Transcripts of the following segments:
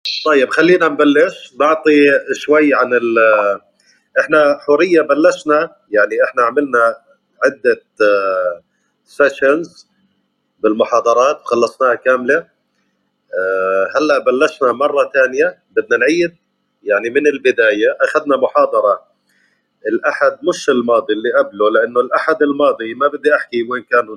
طيب خلينا نبلش نعطي شوي عن احنا حورية بلشنا، يعني احنا عملنا عدة سيشنز بالمحاضرات خلصناها كاملة. هلا بلشنا مرة ثانية بدنا نعيد يعني من البداية. أخذنا محاضرة الأحد مش الماضي اللي قبله، لأنه الأحد الماضي ما بدي أحكي وين كانوا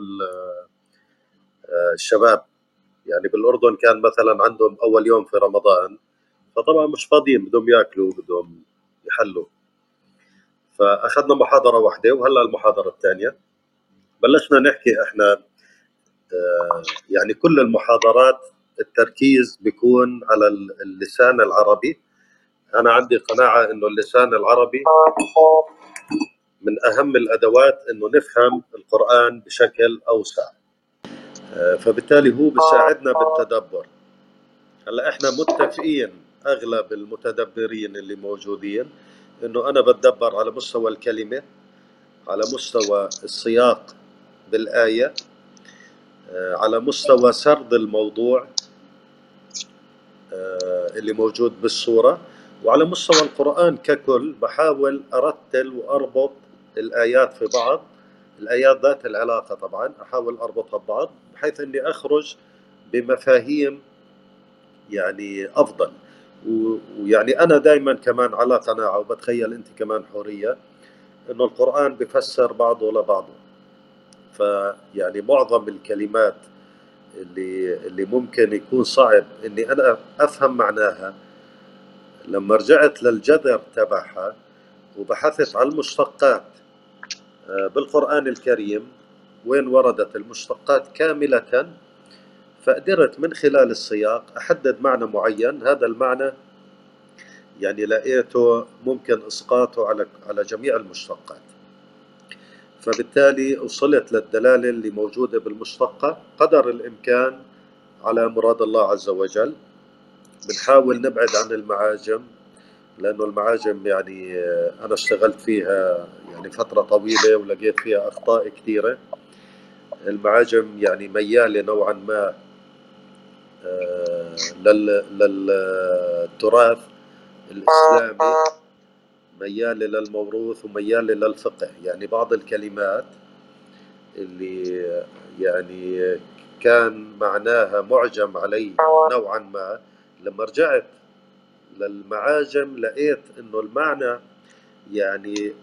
الشباب. يعني بالأردن كان مثلا عندهم أول يوم في رمضان، فطبعا مش فاضيين، بدهم ياكلوا بدهم يحلوا. فأخذنا محاضرة واحدة وهلا المحاضرة الثانية. بلشنا نحكي احنا يعني كل المحاضرات التركيز بيكون على اللسان العربي. أنا عندي قناعة إنه اللسان العربي من أهم الأدوات إنه نفهم القرآن بشكل أوسع. فبالتالي هو بيساعدنا بالتدبر. هلا إحنا متفقين أغلب المتدبرين اللي موجودين إنه أنا بتدبر على مستوى الكلمة، على مستوى السياق بالآية، على مستوى سرد الموضوع اللي موجود بالسورة، وعلى مستوى القرآن ككل بحاول أرتل وأربط الآيات في بعض، الآيات ذات العلاقة طبعا أحاول أربطها ببعض بحيث أني أخرج بمفاهيم يعني أفضل. ويعني أنا دائما كمان على قناعة، وبتخيل أنت كمان حورية، أنه القرآن بفسر بعضه لبعضه. فيعني معظم الكلمات اللي ممكن يكون صعب أني أنا أفهم معناها، لما رجعت للجذر تبعها وبحثت على المشتقات بالقرآن الكريم وين وردت المشتقات كاملة، فقدرت من خلال السياق أحدد معنى معين. هذا المعنى يعني لقيته ممكن إسقاطه على جميع المشتقات. فبالتالي وصلت للدلالة اللي موجودة بالمشتقة قدر الإمكان على مراد الله عز وجل. بنحاول نبعد عن المعاجم، لأنه المعاجم يعني أنا اشتغلت فيها يعني فترة طويلة ولقيت فيها أخطاء كثيرة. المعاجم يعني ميالة نوعا ما للتراث الإسلامي، ميالة للموروث وميالة للفقه. يعني بعض الكلمات اللي يعني كان معناها معجم علي نوعا ما، لما رجعت للمعاجم لقيت انه المعنى يعني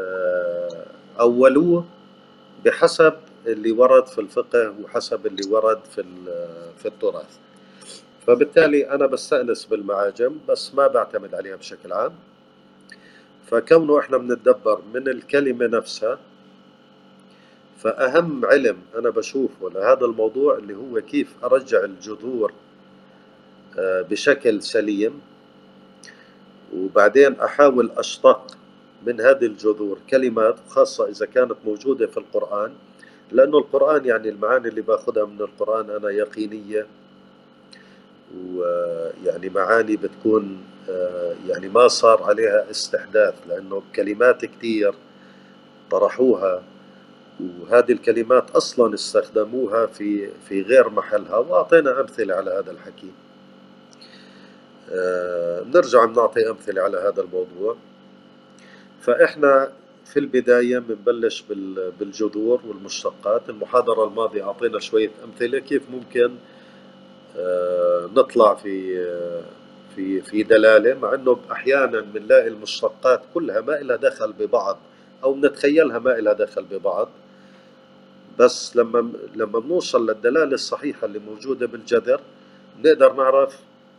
أولوه بحسب اللي ورد في الفقه وحسب اللي ورد في التراث. فبالتالي أنا بستأنس بالمعاجم بس ما بعتمد عليها بشكل عام. فكونه إحنا بنتدبر من الكلمة نفسها، فأهم علم أنا بشوفه لهذا الموضوع اللي هو كيف أرجع الجذور بشكل سليم، وبعدين أحاول أشتق من هذه الجذور كلمات، خاصة إذا كانت موجودة في القرآن. لأنه القرآن يعني المعاني اللي باخذها من القرآن أنا يقينية، ويعني معاني بتكون يعني ما صار عليها استحداث، لأنه كلمات كتير طرحوها وهذه الكلمات أصلا استخدموها في غير محلها، وأعطينا أمثلة على هذا الحكي. بنرجع بنعطي أمثلة على هذا الموضوع. فإحنا في البداية بنبلش بالجذور والمشتقات. المحاضرة الماضية أعطينا شوية أمثلة كيف ممكن نطلع في دلالة، مع أنه أحيانا بنلاقي المشتقات كلها ما إلها دخل ببعض أو بنتخيلها ما إلها دخل ببعض. بس لما بنوصل للدلالة الصحيحة اللي موجودة بالجذر بنقدر نعرف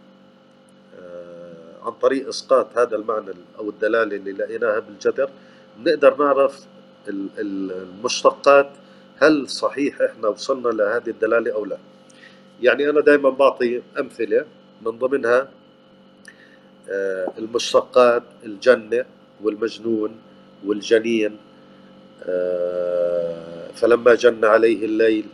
عن طريق إسقاط هذا المعنى أو الدلالة اللي لقيناها بالجذر، بنقدر نعرف المشتقات هل صحيح إحنا وصلنا لهذه الدلالة أو لا. يعني أنا دائما بعطي أمثلة من ضمنها المشتقات: الجنة والمجنون والجنين. فلما جن عليه الليل،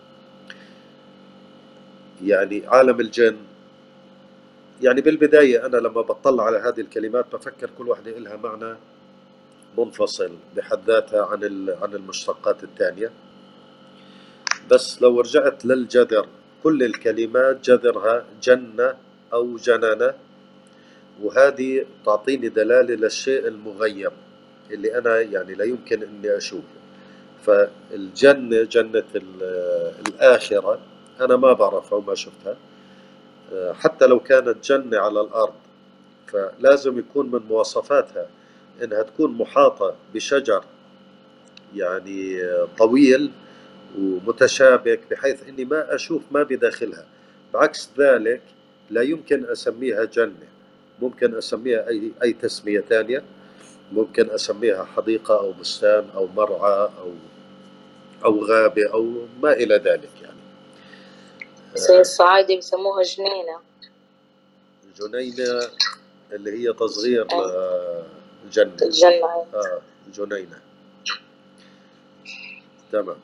يعني عالم الجن. يعني بالبداية أنا لما بطلع على هذه الكلمات بفكر كل واحدة إلها معنى منفصل بحد ذاتها عن المشتقات الثانية. بس لو رجعت للجذر، كل الكلمات جذرها جنة أو جننة، وهذه تعطيني دلالة للشيء المغيب اللي أنا يعني لا يمكن إني أشوفه. فالجنة، جنة الآخرة، أنا ما بعرفها وما شفتها. حتى لو كانت جنة على الأرض، فلازم يكون من مواصفاتها إنها تكون محاطة بشجر يعني طويل ومتشابك، بحيث إني ما أشوف ما بداخلها. بعكس ذلك لا يمكن أسميها جنة، ممكن أسميها أي تسمية ثانية، ممكن أسميها حديقة أو بستان أو مرعى أو غابة أو ما إلى ذلك يعني. زي الصعايدة بسموها جنينة. جنينة اللي هي تصغير الجنة. الجنة. جنينة. تمام.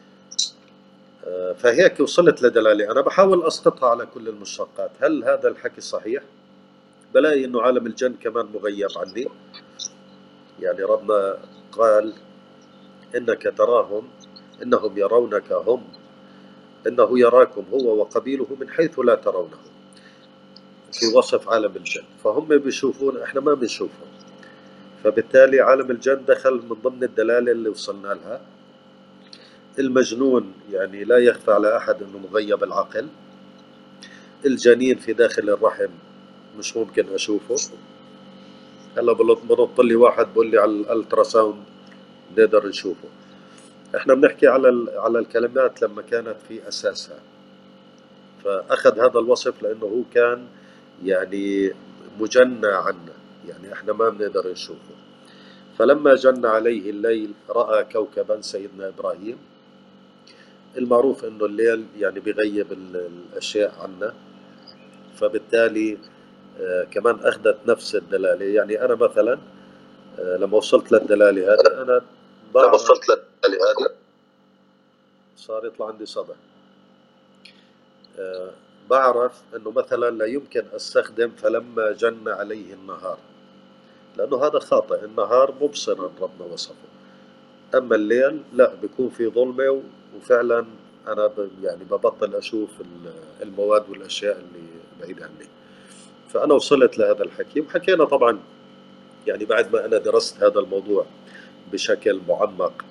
فهيك وصلت لدلالة. أنا بحاول أسقطها على كل المشتقات. هل هذا الحكي صحيح؟ بلاقي إنه عالم الجن كمان مغيب عني. يعني ربنا قال إنك تراهم إنهم يرونك هم، إنه يراكم هو وقبيله من حيث لا ترونه، في وصف عالم الجن. فهم بيشوفون، إحنا ما بنشوفهم. فبالتالي عالم الجن دخل من ضمن الدلالة اللي وصلنا لها. المجنون يعني لا يخفى على أحد أنه مغيب العقل. الجنين في داخل الرحم مش ممكن أشوفه. هلا بنط لي واحد بقول لي على الالتراساوند نقدر نشوفه. احنا بنحكي على الكلمات لما كانت في أساسها، فأخذ هذا الوصف لأنه هو كان يعني مجنى عنا، يعني احنا ما بنقدر نشوفه. فلما جن عليه الليل رأى كوكبا، سيدنا إبراهيم. المعروف انه الليل يعني بيغيب الاشياء عنا، فبالتالي كمان اخذت نفس الدلاله. يعني انا مثلا لما وصلت للدلاله هذه، انا صار يطلع عندي صدى. بعرف انه مثلا لا يمكن استخدم فلما جن عليه النهار، لانه هذا خاطئ. النهار مبصرا ربنا وصفه، اما الليل لا، بيكون في ظلمه، وفعلا انا يعني ببطل اشوف المواد والاشياء اللي بعيده عني. فانا وصلت لهذا الحكي، وحكينا طبعا يعني بعد ما انا درست هذا الموضوع بشكل معمق.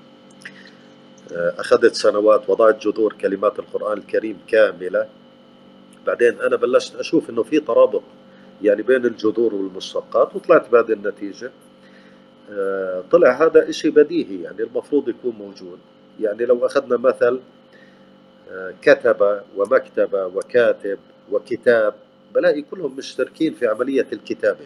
اخذت سنوات، وضعت جذور كلمات القرآن الكريم كاملة. بعدين انا بلشت اشوف انه في ترابط يعني بين الجذور والمشتقات، وطلعت بهذه النتيجة. طلع هذا اشي بديهي، يعني المفروض يكون موجود. يعني لو اخذنا مثل كتب ومكتب وكاتب وكتاب، بلاقي كلهم مشتركين في عملية الكتابة.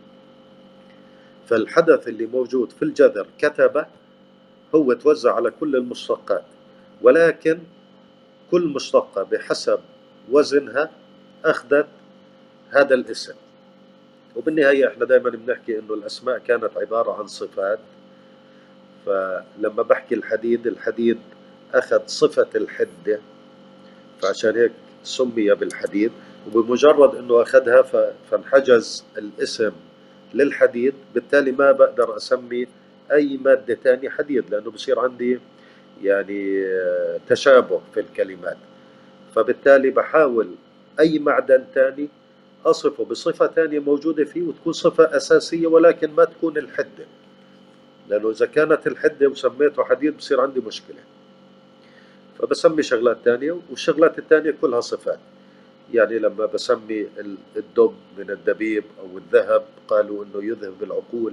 فالحدث اللي موجود في الجذر كتب هو توزع على كل المشتقات، ولكن كل مشتقة بحسب وزنها أخذت هذا الاسم. وبالنهاية احنا دائما بنحكي انه الاسماء كانت عبارة عن صفات. فلما بحكي الحديد اخذ صفة الحدة، فعشان هيك سمي بالحديد. وبمجرد انه اخذها فانحجز الاسم للحديد، بالتالي ما بقدر اسمي اي مادة تانية حديد، لانه بصير عندي يعني تشابه في الكلمات. فبالتالي بحاول اي معدن تاني اصفه بصفة تانية موجودة فيه، وتكون صفة اساسية ولكن ما تكون الحدة، لانه اذا كانت الحدة وسميته حديد بصير عندي مشكلة. فبسمي شغلات تانية، والشغلات التانية كلها صفات. يعني لما بسمي الدب من الدبيب أو الذهب، قالوا أنه يذهب العقول،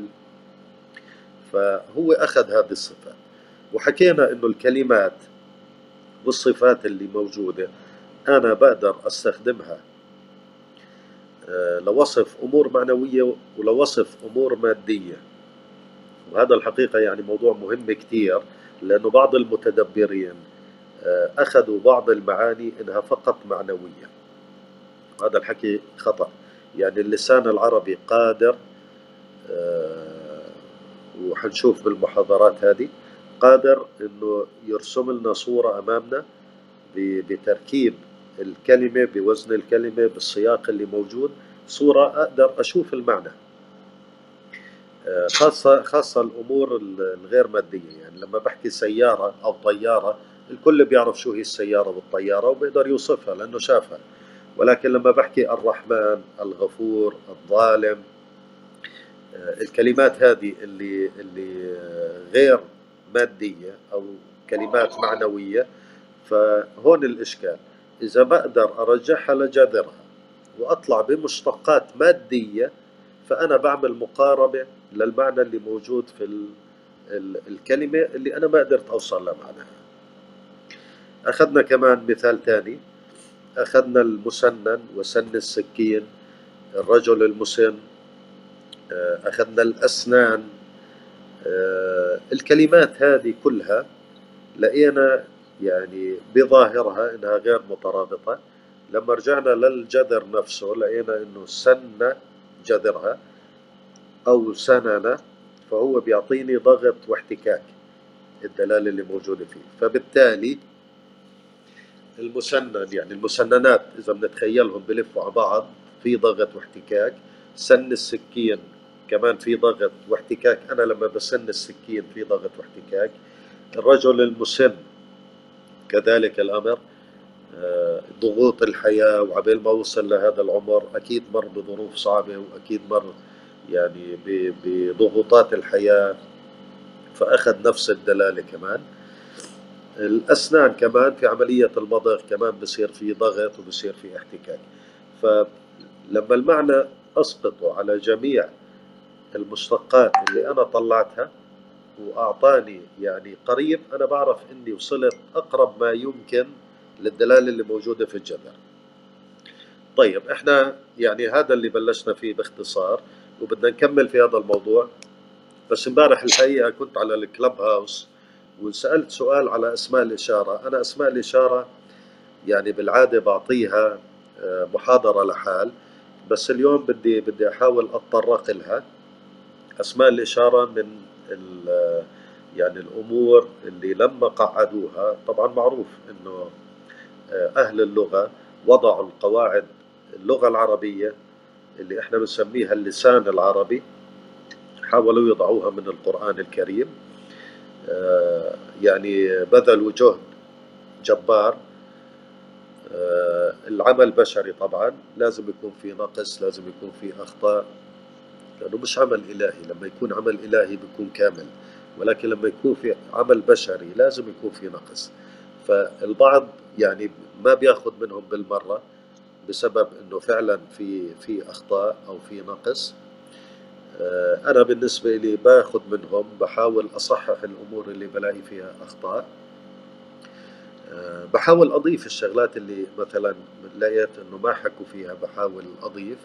فهو أخذ هذه الصفات. وحكينا أنه الكلمات والصفات اللي موجودة أنا بقدر أستخدمها لوصف أمور معنوية ولوصف أمور مادية. وهذا الحقيقة يعني موضوع مهم كتير، لأنه بعض المتدبرين أخذوا بعض المعاني إنها فقط معنوية. هذا الحكي خطأ. يعني اللسان العربي قادر، وحنشوف بالمحاضرات هذه، قادر انه يرسم لنا صورة امامنا بتركيب الكلمة، بوزن الكلمة، بالسياق اللي موجود، صورة اقدر اشوف المعنى. خاصة الامور الغير مادية. يعني لما بحكي سيارة او طيارة، الكل بيعرف شو هي السيارة والطيارة وبيقدر يوصفها لانه شافها. ولكن لما بحكي الرحمن، الغفور، الظالم، الكلمات هذه اللي غير مادية أو كلمات معنوية، فهون الإشكال. إذا بقدر أرجعها لجذرها وأطلع بمشتقات مادية، فأنا بعمل مقاربة للمعنى اللي موجود في الكلمة اللي أنا ما قدرت أوصل لمعناها. أخذنا كمان مثال تاني، أخذنا المسنن وسن السكين، الرجل المسن، أخذنا الأسنان. الكلمات هذه كلها لقينا يعني بظاهرها إنها غير مترابطة. لما رجعنا للجذر نفسه لقينا إنه سن جذرها أو سنن، فهو بيعطيني ضغط واحتكاك الدلالة اللي موجودة فيه. فبالتالي المسنن يعني المسننات إذا بنتخيلهم بلفوا على بعض في ضغط واحتكاك. سن السكين كمان في ضغط واحتكاك، أنا لما بسن السكين في ضغط واحتكاك. الرجل المسن كذلك الأمر، ضغوط الحياة، وعبال ما وصل لهذا العمر أكيد مر بظروف صعبة، وأكيد مر يعني بضغوطات الحياة، فأخذ نفس الدلالة كمان. الأسنان كمان في عملية المضغ كمان بصير في ضغط وبصير في احتكاك. فلما المعنى أسقطه على جميع المشتقات اللي أنا طلعتها وأعطاني يعني قريب، أنا بعرف إني وصلت أقرب ما يمكن للدلالة اللي موجودة في الجذر. طيب إحنا يعني هذا اللي بلشنا فيه باختصار، وبدنا نكمل في هذا الموضوع. بس امبارح الحقيقة كنت على الكلب هاوس وسألت سؤال على أسماء الإشارة. أنا أسماء الإشارة يعني بالعادة بعطيها محاضرة لحال، بس اليوم بدي أحاول أتطرق لها. أسماء الإشارة من يعني الأمور اللي لما قعدوها، طبعا معروف إنه أهل اللغة وضعوا القواعد اللغة العربية اللي إحنا بنسميها اللسان العربي، حاولوا يضعوها من القرآن الكريم. يعني بذلوا جهد جبار. العمل بشري طبعا لازم يكون في نقص، لازم يكون في أخطاء، لأنه مش عمل إلهي. لما يكون عمل إلهي بيكون كامل، ولكن لما يكون في عمل بشري لازم يكون في نقص. فالبعض يعني ما بياخد منهم بالمرة بسبب انه فعلا في اخطاء او في نقص. انا بالنسبة لي باخد منهم، بحاول اصحح الامور اللي بلاقي فيها اخطاء. بحاول اضيف الشغلات اللي مثلا لقيت انه ما حكوا فيها، بحاول اضيف.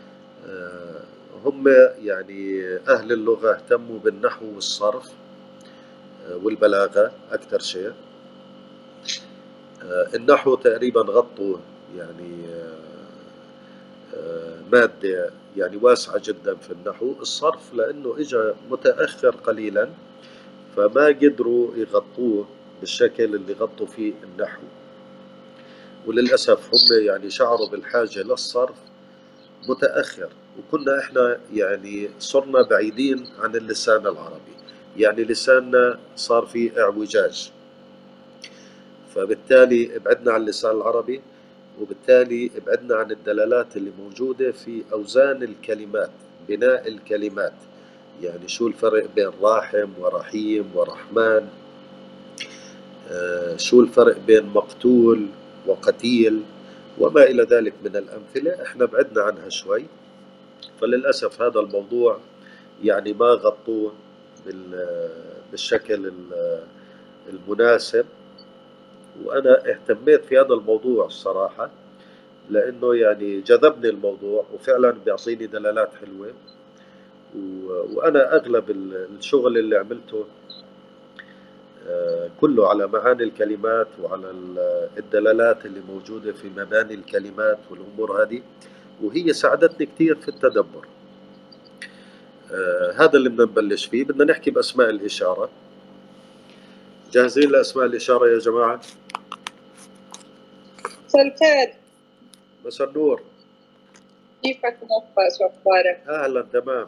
هم يعني اهل اللغة اهتموا بالنحو والصرف والبلاغة اكثر شيء. النحو تقريبا غطوا يعني مادة يعني واسعة جدا في النحو. الصرف لأنه إجا متأخر قليلا فما قدروا يغطوه بالشكل اللي غطوا فيه النحو، وللأسف هم يعني شعروا بالحاجة للصرف متأخر، وكنا إحنا يعني صرنا بعيدين عن اللسان العربي، يعني لساننا صار فيه اعوجاج، فبالتالي ابعدنا عن اللسان العربي، وبالتالي ابعدنا عن الدلالات اللي موجودة في أوزان الكلمات، بناء الكلمات. يعني شو الفرق بين راحم ورحيم ورحمن، شو الفرق بين مقتول وقتيل وما إلى ذلك من الأمثلة، احنا بعدنا عنها شوي. فللأسف هذا الموضوع يعني ما غطوه بالشكل المناسب. وأنا اهتميت في هذا الموضوع الصراحة، لأنه يعني جذبني الموضوع وفعلا بيعطيني دلالات حلوة. وأنا أغلب الشغل اللي عملته كله على معاني الكلمات وعلى الدلالات اللي موجودة في مباني الكلمات والأمور هذه، وهي ساعدتني كتير في التدبر. هذا اللي بدنا نبلش فيه. بدنا نحكي بأسماء الإشارة. جاهزين لأسماء الإشارة يا جماعة؟ سلكات. مساء النور. كيفك موفق؟ شو أخبارك؟ أهلا تمام.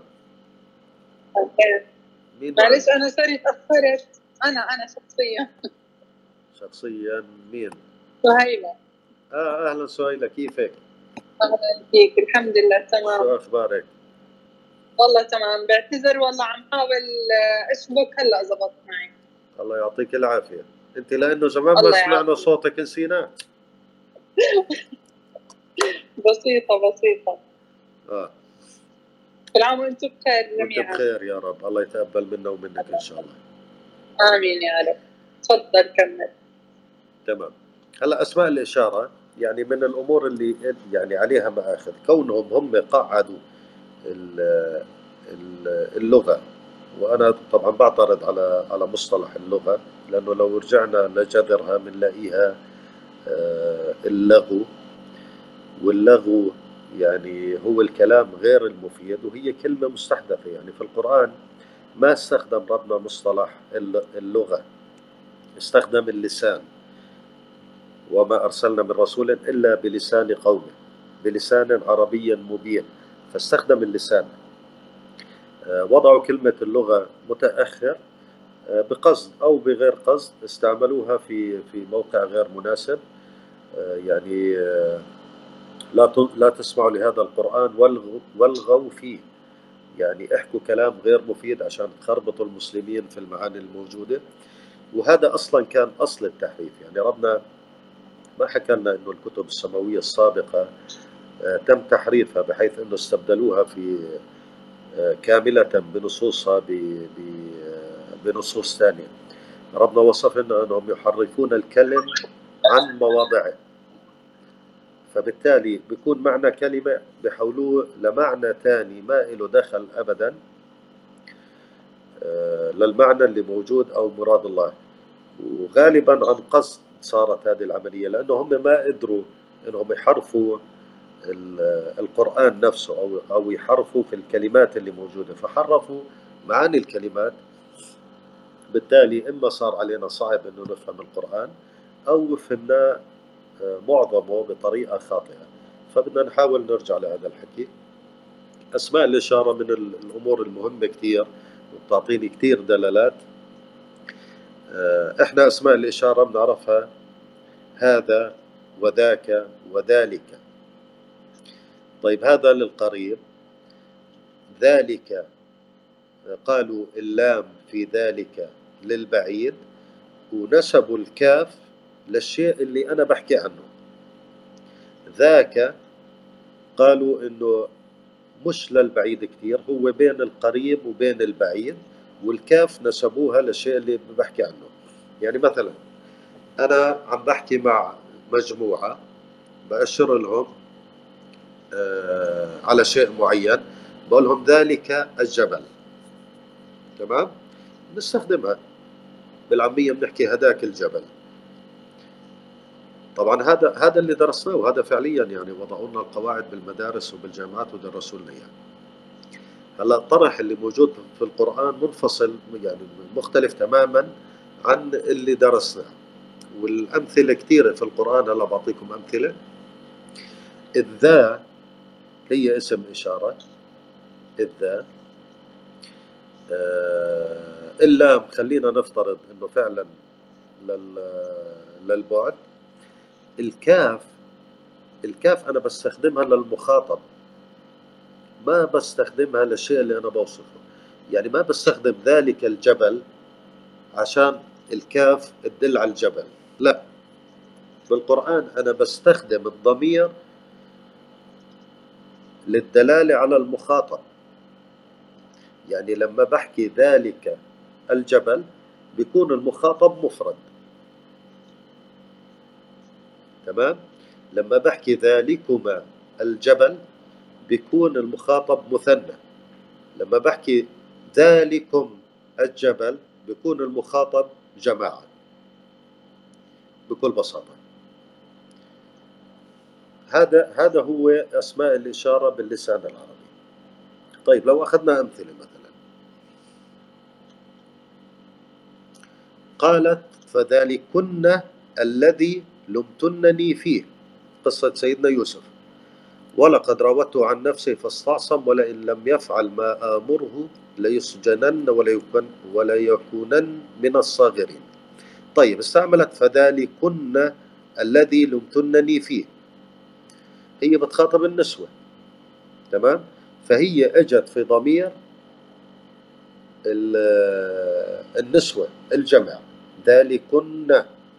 مين معلش أنا سوري تأخرت. أنا شخصيا مين؟ سهيلة. أهلا سهيلة، كيفك؟ أهلا فيك. الحمد لله تمام. شو أخبارك؟ والله تمام. بعتذر والله عم حاول أشبك، هلا زبط معي. الله يعطيك العافية. أنت لأنه زمان ما الله سمعنا يعافيك. صوتك نسيناه. بسيطة. كل عام وأنتم بخير وأنت جميعا. بخير يا رب، الله يتقبل منا ومنك إن شاء الله. آمين يا رب. تفضل كمل. تمام. هلا أسماء الإشارة يعني من الأمور اللي يعني عليها مآخذ، كونهم هم قعدوا اللغة، وأنا طبعا بعترض على مصطلح اللغة، لأنه لو رجعنا لجذرها بنلاقيها اللغو، واللغو يعني هو الكلام غير المفيد، وهي كلمة مستحدثة. يعني في القرآن ما استخدم ربنا مصطلح اللغة، استخدم اللسان. وما أرسلنا من رسول إلا بلسان قومه، بلسان عربي مبين، فاستخدم اللسان. وضعوا كلمة اللغة متأخر بقصد أو بغير قصد، استعملوها في موقع غير مناسب. يعني لا تسمعوا لهذا القرآن والغوا فيه، يعني احكوا كلام غير مفيد عشان تخربطوا المسلمين في المعاني الموجودة. وهذا أصلا كان أصل التحريف. يعني ربنا ما حكى لنا إنه الكتب السماوية السابقة تم تحريفها بحيث إنه استبدلوها في كاملة بنصوصها بنصوص ثانية. ربنا وصف لنا أنهم يحرفون الكلم عن مواضعه، فبالتالي بيكون معنى كلمة بحولوه لمعنى ثاني ما له دخل أبدا للمعنى اللي موجود أو مراد الله. وغالبا عن قصد صارت هذه العملية، لأنه هم ما قدروا أنهم يحرفوا القرآن نفسه أو يحرفوا في الكلمات اللي موجودة، فحرفوا معاني الكلمات. بالتالي إما صار علينا صعب أنه نفهم القرآن، أو فهمناه معظمه بطريقة خاطئة. فبدنا نحاول نرجع لهذا الحكي. أسماء الإشارة من الأمور المهمة كتير وبتعطيني كتير دلالات. إحنا أسماء الإشارة بنعرفها هذا وذاك وذلك. طيب هذا للقريب، ذلك قالوا اللام في ذلك للبعيد، ونسبوا الكاف للشيء اللي أنا بحكي عنه. ذاك قالوا إنه مش للبعيد كتير، هو بين القريب وبين البعيد، والكاف نسبوها للشيء اللي بحكي عنه. يعني مثلا أنا عم بحكي مع مجموعة، بأشر لهم على شيء معين، بقول لهم ذلك الجبل. تمام؟ نستخدمها بالعامية، بنحكي هداك الجبل. طبعا هذا اللي درسناه، وهذا فعليا يعني وضعوا لنا القواعد بالمدارس وبالجامعات ودرسوا لنا يعني. هلا الطرح اللي موجود في القرآن منفصل، يعني مختلف تماما عن اللي درسناه، والأمثلة كثيرة في القرآن. هلا بعطيكم أمثلة. الذا هي اسم إشارة، الذا. اللام خلينا نفترض انه فعلا للبعد. الكاف انا بستخدمها للمخاطب، ما بستخدمها للشيء اللي انا بوصفه. يعني ما بستخدم ذلك الجبل عشان الكاف تدل على الجبل، لا. بالقرآن انا بستخدم الضمير للدلالة على المخاطب. يعني لما بحكي ذلك الجبل بيكون المخاطب مفرد، تمام. لما بحكي ذلكما الجبل بيكون المخاطب مثنى. لما بحكي ذلكم الجبل بيكون المخاطب جماعة، بكل بساطة. هذا هو أسماء الإشارة باللسان العربي. طيب لو أخذنا أمثلة، مثلا قالت فذلكن الذي لمتنني فيه، قصة سيدنا يوسف. ولقد راودته عن نفسه فاستعصم ولئن لم يفعل ما آمره ليسجنن وليكونن من الصاغرين. طيب استعملت فذلكن الذي لمتنني فيه. هي بتخاطب النسوة، تمام؟ فهي اجت في ضمير النسوة الجمع، ذلكن،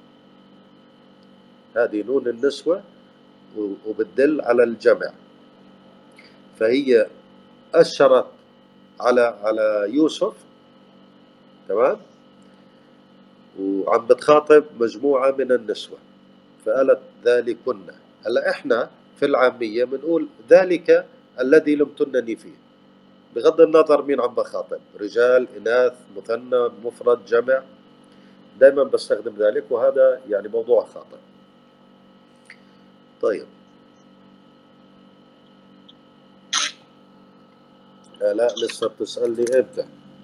هذه نون النسوة وبتدل على الجمع، فهي أشرت على يوسف، تمام؟ وعم بتخاطب مجموعة من النسوة، فقالت ذلكن. هلا احنا في العامية بنقول ذلك الذي لم تنني فيه، بغض النظر مين عم بخاطب، رجال، إناث، مثنى، مفرد، جمع، دائما بستخدم ذلك، وهذا يعني موضوع خاطئ. طيب، لا لسه بتسألني امتى؟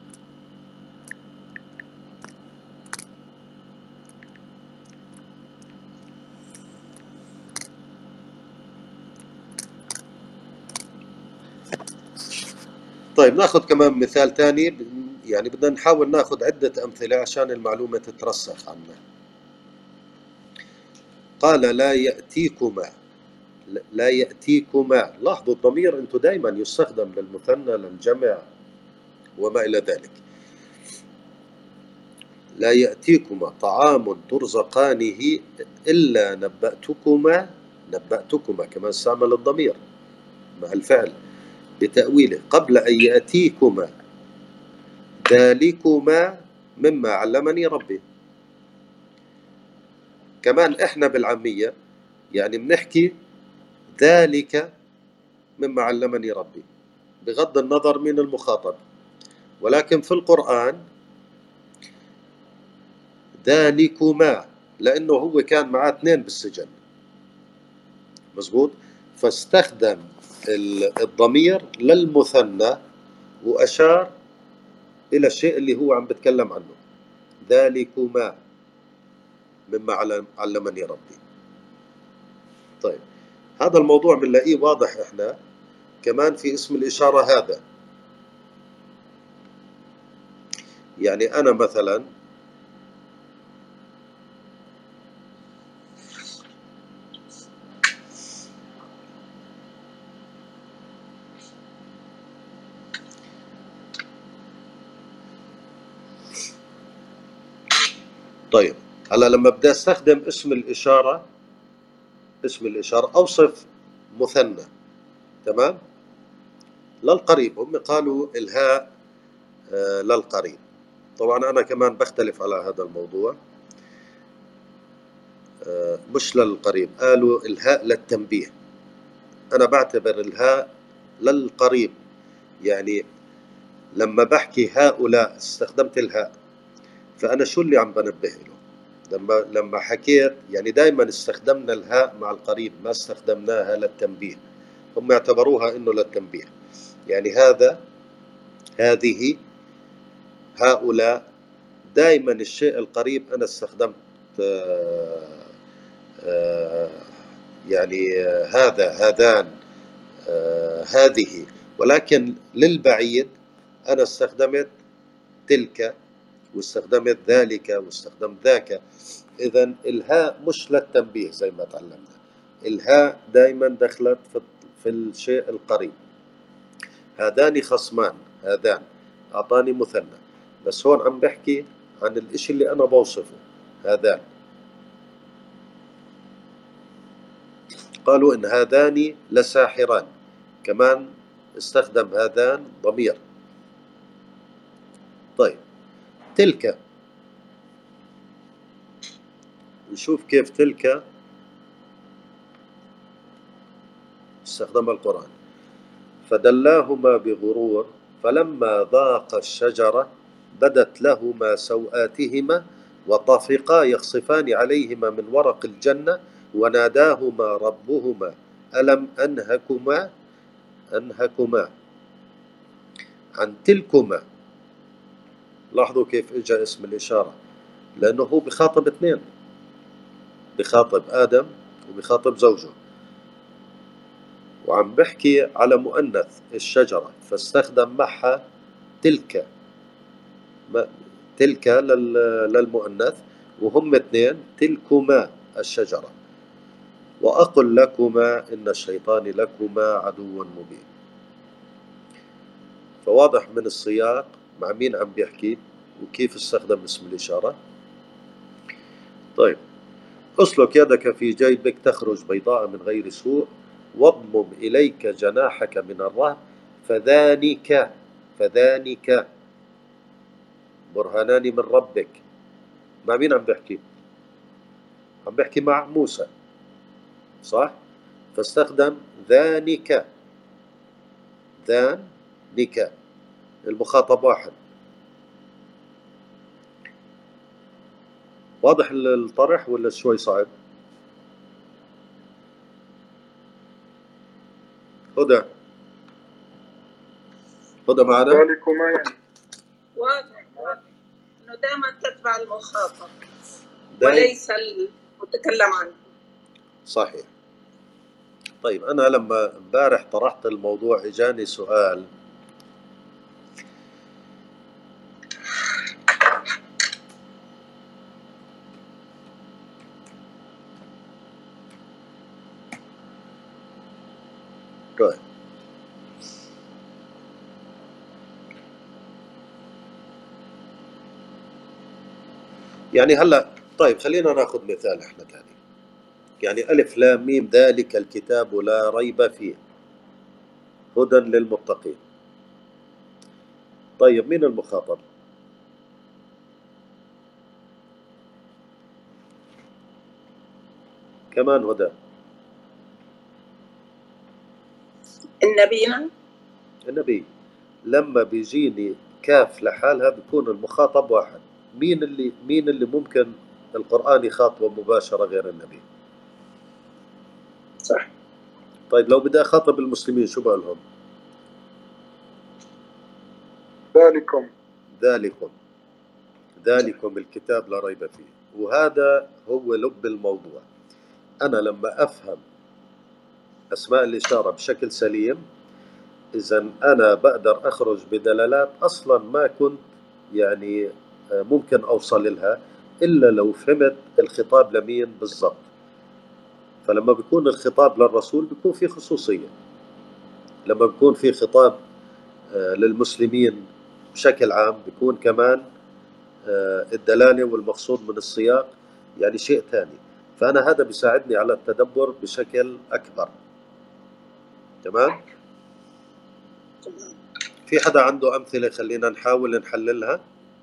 طيب ناخذ كمان مثال ثاني، يعني بدنا نحاول ناخذ عدة أمثلة عشان المعلومة تترسخ عنا. قال لا يأتيكما، لا يأتيكما، لاحظوا الضمير انتم دائما يستخدم للمثنى، للجمع وما إلى ذلك. لا يأتيكما طعام ترزقانه إلا نبأتكما، نبأتكما كمان استعمل الضمير مع الفعل بتأويله، قبل أن يأتيكما ذلكما مما علمني ربي. كمان إحنا بالعامية يعني بنحكي ذلك مما علمني ربي بغض النظر من المخاطب، ولكن في القرآن ذلكما، لأنه هو كان معاه اثنين بالسجن، مزبوط، فاستخدم الضمير للمثنى وأشار إلى الشيء اللي هو عم بتكلم عنه، ذلكما مما علمني ربي. طيب، هذا الموضوع بنلاقيه واضح إحنا كمان في اسم الإشارة هذا. يعني أنا مثلا طيب، هلا لما بدي استخدم اسم الإشارة، اسم الإشارة أوصف مثنى، تمام، للقريب، هم قالوا الهاء للقريب. طبعا أنا كمان بختلف على هذا الموضوع، مش للقريب، قالوا الهاء للتنبيه، أنا بعتبر الهاء للقريب. يعني لما بحكي هؤلاء استخدمت الهاء، فأنا شو اللي عم بنبه له؟ لما حكيت، يعني دائما استخدمنا الهاء مع القريب، ما استخدمناها للتنبيه، هم اعتبروها إنه للتنبيه. يعني هذا، هذه، هؤلاء، دائما الشيء القريب أنا استخدمت آه، يعني هذا، هذان، هذه، ولكن للبعيد أنا استخدمت تلك، واستخدمت ذلك، واستخدمت ذاك. إذا الهاء مش للتنبيه زي ما تعلمنا، الهاء دائما دخلت في الشيء القريب. هذان خصمان، هذان أعطاني مثنى، بس هون عم بحكي عن الإشي اللي أنا بوصفه، هذان. قالوا إن هذان لساحران، كمان استخدم هذان ضمير. طيب، تلك، نشوف كيف تلك استخدمها القرآن. فدلاهما بغرور فلما ذاقا الشجرة بدت لهما سوآتهما وطفقا يخصفان عليهما من ورق الجنة وناداهما ربهما ألم أنهكما عن تلكما. لاحظوا كيف اجى اسم الإشارة، لأنه هو بخاطب اثنين، بخاطب آدم وبخاطب زوجه، وعم بحكي على مؤنث الشجرة، فاستخدم معها تلك، تلك للمؤنث، وهم اثنين، تلكما الشجرة. وأقل لكما إن الشيطان لكما عدو مبين. فواضح من السياق مع مين عم بيحكي وكيف استخدم اسم الإشارة. طيب، اسلك يدك في جيبك تخرج بيضاء من غير سوء واضمم إليك جناحك من الرهب فذانك برهانان من ربك. مع مين عم بيحكي؟ عم بيحكي مع موسى، صح؟ فاستخدم ذانك، المخاطب واحد. واضح الطرح ولا شوي صعب؟ هدى معنا؟ ذلكما يعني واضح انه دائما تتبع المخاطب وليس المتكلم عنه. صحيح. طيب، أنا لما امبارح طرحت الموضوع إجاني سؤال، طيب يعني هلا، طيب خلينا ناخذ مثال احنا ثاني. يعني ألف لام ميم ذلك الكتاب لا ريب فيه هدى للمتقين. طيب، مين المخاطب؟ كمان هدى. النبي. لما بيجيني كاف لحالها بيكون المخاطب واحد. مين اللي ممكن القرآن يخاطبه مباشرة غير النبي؟ صح. طيب، لو بدي أخاطب المسلمين شو بقول لهم؟ ذلكم الكتاب لا ريب فيه. وهذا هو لب الموضوع. أنا لما أفهم أسماء الإشارة بشكل سليم، إذا أنا بقدر أخرج بدلالات أصلا ما كنت يعني ممكن أوصل لها إلا لو فهمت الخطاب لمين بالضبط. فلما بيكون الخطاب للرسول بيكون في خصوصية، لما بيكون في خطاب للمسلمين بشكل عام بيكون كمان الدلالة والمقصود من السياق يعني شيء ثاني. فأنا هذا بيساعدني على التدبر بشكل أكبر. تمام؟ في حدا عنده أمثلة خلينا نحاول نحللها؟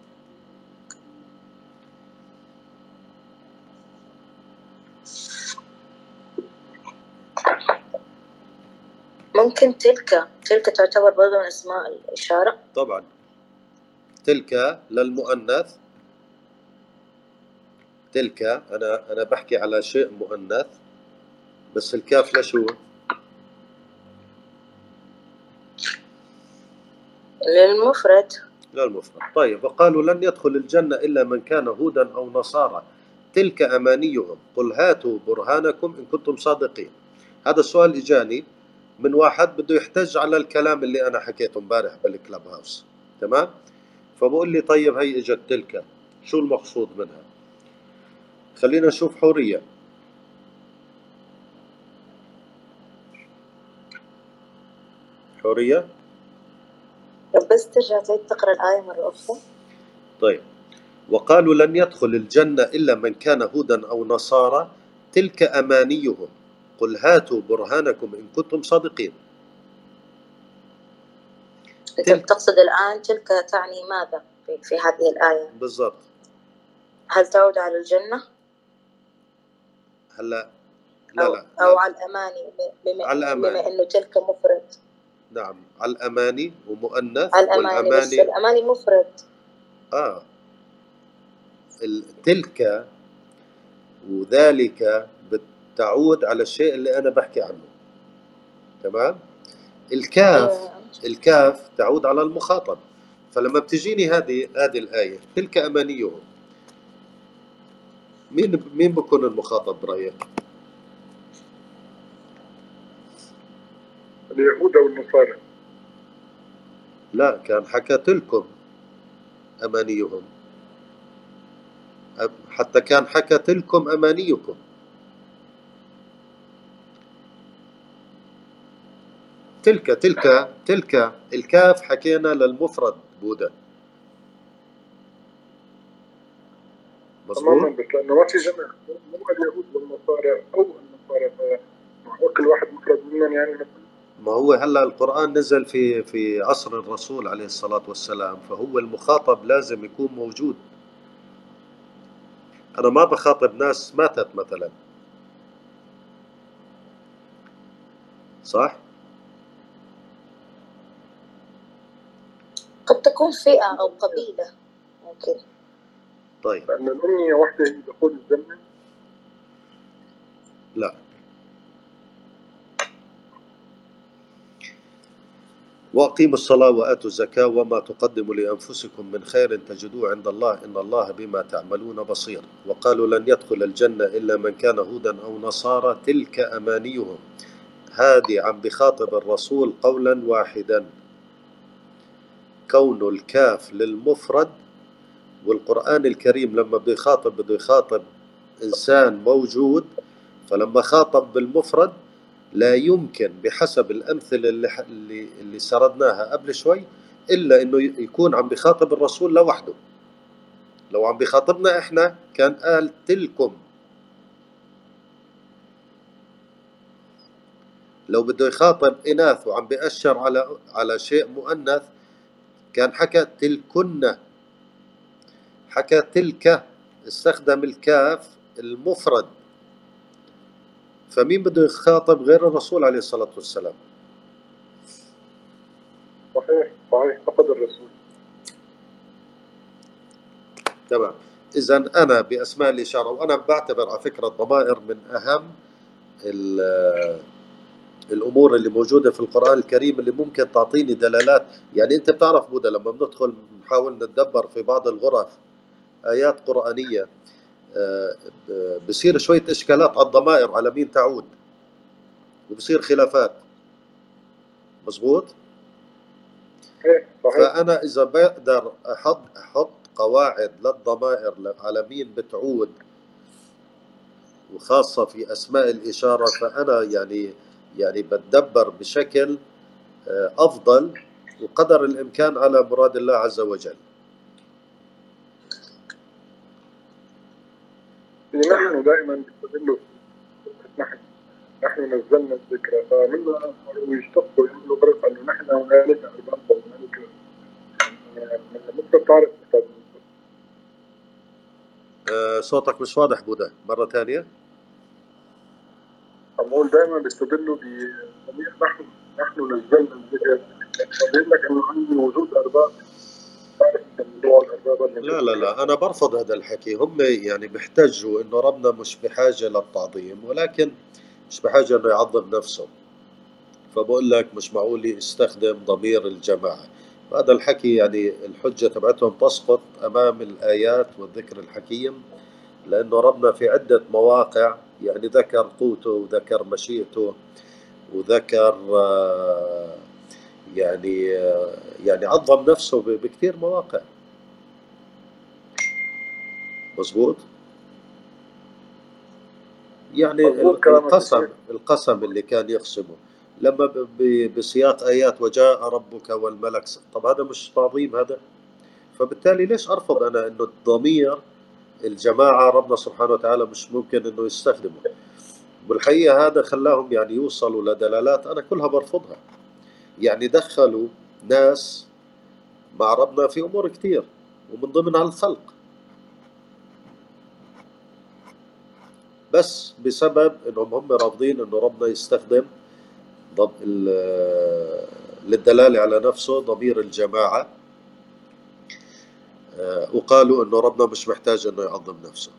ممكن تلك تعتبر برضه من أسماء الإشارة؟ طبعا، تلك للمؤنث. تلك أنا بحكي على شيء مؤنث، بس الكاف لشو؟ للمفرد. طيب، وقالوا لن يدخل الجنة إلا من كان هودا أو نصارى تلك أمانيهم قل هاتوا برهانكم إن كنتم صادقين. هذا السؤال إجاني من واحد بده يحتج على الكلام اللي أنا حكيته امبارح بالكلاب هاوس. تمام؟ فبقول لي طيب هي إجت تلك، شو المقصود منها؟ خلينا نشوف حورية. بس ترجع تقرأ الآية مرة أخرى. طيب، وقالوا لن يدخل الجنة إلا من كان هودا أو نصارى تلك أمانيهم قل هاتوا برهانكم إن كنتم صادقين. أنت تقصد الآن تلك تعني ماذا في هذه الآية؟ بالضبط. هل تعود على الجنة؟ هلا لا. أو على الأماني بما إنه تلك مفرد. نعم، على الأماني ومؤنث. على الأماني بس الأماني مفرد. تلك وذلك بتعود على الشيء اللي أنا بحكي عنه. تمام؟ الكاف تعود على المخاطب. فلما بتجيني هذه الآية تلك أمانيهم، مين بكون المخاطب برأيك؟ اليهود أو النصارى. لا، كان حكى تلكم أمانيهم، حتى كان حكى تلكم أمانيكم. تلك الكاف حكينا للمفرد بودا. تماما، بس لانه ما في جمع، مو اليهود والنصارى او النصارى، فمعقول كل واحد مفرد منهم يعني. ما هو هلا القرآن نزل في عصر الرسول عليه الصلاة والسلام، فهو المخاطب لازم يكون موجود. أنا ما بخاطب ناس ماتت مثلا، صح؟ قد تكون فئة أو قبيلة ممكن. طيب، لأن الأمنية واحدة هي دخول الجنة. لا. وأقيموا الصلاة وآتوا الزكاة وما تقدموا لأنفسكم من خير تجدوه عند الله إن الله بما تعملون بصير. وقالوا لن يدخل الجنة إلا من كان هودا أو نصارى تلك أمانيهم. هذه عم بخاطب الرسول قولا واحدا، كون الكاف للمفرد. والقرآن الكريم لما بده يخاطب إنسان موجود، فلما خاطب بالمفرد لا يمكن بحسب الأمثلة اللي سردناها قبل شوي إلا إنه يكون عم بخاطب الرسول لوحده. لو عم بخاطبنا إحنا كان قال تلكم. لو بده يخاطب إناث وعم بيأشر على شيء مؤنث كان حكى تلكن، حكى تلك، استخدم الكاف المفرد. فمين بده يخاطب غير الرسول عليه الصلاة والسلام؟ صحيح فقد الرسول. تمام. إذا أنا بأسماء الإشارة، وأنا بعتبر على فكرة الضمائر من أهم الأمور اللي موجودة في القرآن الكريم اللي ممكن تعطيني دلالات. يعني أنت بتعرف بودا لما بندخل نحاول نتدبر في بعض الغرف آيات قرآنية بصير شوية إشكالات على الضمائر على مين تعود، وبصير خلافات. مزبوط؟ فأنا إذا بقدر أحط قواعد للضمائر على مين بتعود، وخاصة في أسماء الإشارة، فأنا يعني بتدبر بشكل أفضل وقدر الإمكان على مراد الله عز وجل. نحن دائما بنستدلوا نحن نزلنا الذكر، فمنا ويشتقوا يقولوا برفع انه نحن هنالك ارباب وهنالك ممكن تعرف. صوتك مش واضح بودا، مرة ثانية. أقول دائما بيستدلوا بضمير نحن نزلنا الذكر، بيقول لك انه عندي وجود ارباب. لا أنا برفض هذا الحكي. هم يعني بيحتجوا إنه ربنا مش بحاجة للتعظيم، ولكن مش بحاجة إنه يعظم نفسه. فبقول لك مش معقول يستخدم ضمير الجماعة. هذا الحكي يعني الحجة تبعتهم تسقط أمام الآيات والذكر الحكيم، لأنه ربنا في عدة مواقع يعني ذكر قوته وذكر مشيئته وذكر يعني عظم نفسه بكثير مواقع. مظبوط. يعني القسم اللي كان يقسمه لما بسياق آيات وجاء ربك والملك، طب هذا مش تعظيم هذا؟ فبالتالي ليش أرفض أنا إنه الضمير الجماعة ربنا سبحانه وتعالى مش ممكن إنه يستخدمه؟ بالحقيقة هذا خلاهم يعني يوصلوا لدلالات أنا كلها برفضها. يعني دخلوا ناس مع ربنا في أمور كتير ومن ضمنها الخلق، بس بسبب إنهم هم رافضين إنه ربنا يستخدم للدلالة على نفسه ضمير الجماعة، وقالوا إنه ربنا مش محتاج إنه يعظم نفسه.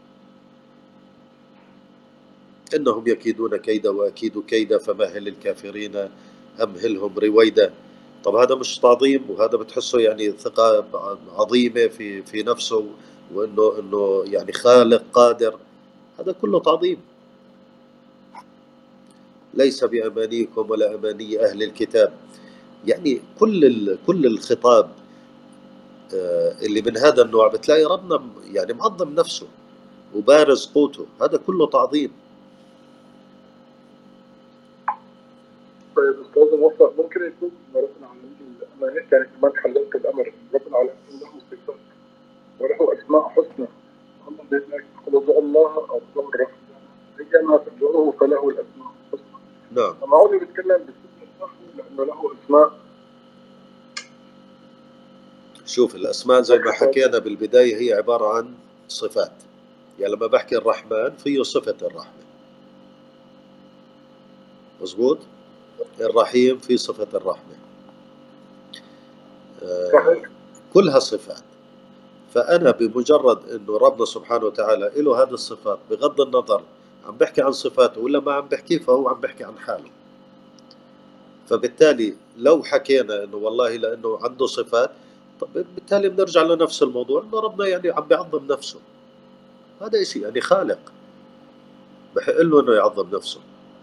إنهم يكيدون كيدا وأكيد كيدا فمهل الكافرين أمهلهم رويدا. طب هذا مش تعظيم؟ وهذا بتحسه يعني ثقة عظيمة في نفسه، وإنه يعني خالق قادر. هذا كله تعظيم. ليس بأمانيكم ولا أماني أهل الكتاب. يعني كل الخطاب اللي من هذا النوع بتلاقي ربنا يعني معظم نفسه وبارز قوته. هذا كله تعظيم. طيب أستاذ موفق ممكن يكون رب العالمين. أنا هيك يعني كمان حللت الأمر، رب العالمين له صفات وله أسماء حسنى. الله بيقول قل ادعوا الله أو ادعوا الرحمن أيما تدعوه فله الأسماء الحسنى. نعم. فمعقول بيتكلم باسم الصح لأنه له أسماء. شوف الأسماء زي ما حكينا بالبداية هي عبارة عن صفات. يعني لما بحكي الرحمن فيه صفة الرحمة، مظبوط. الرحيم فيه صفة الرحمة، كلها صفات. فأنا بمجرد أنه ربنا سبحانه وتعالى له هذه الصفات بغض النظر عم بحكي عن صفاته ولا ما عم بحكي، فهو عم بحكي عن حاله. فبالتالي لو حكينا أنه والله لأنه عنده صفات، طب بالتالي بنرجع لنفس الموضوع أنه ربنا يعني عم بيعظم نفسه. هذا إشي يعني خالق بحق له أنه يعظم نفسه.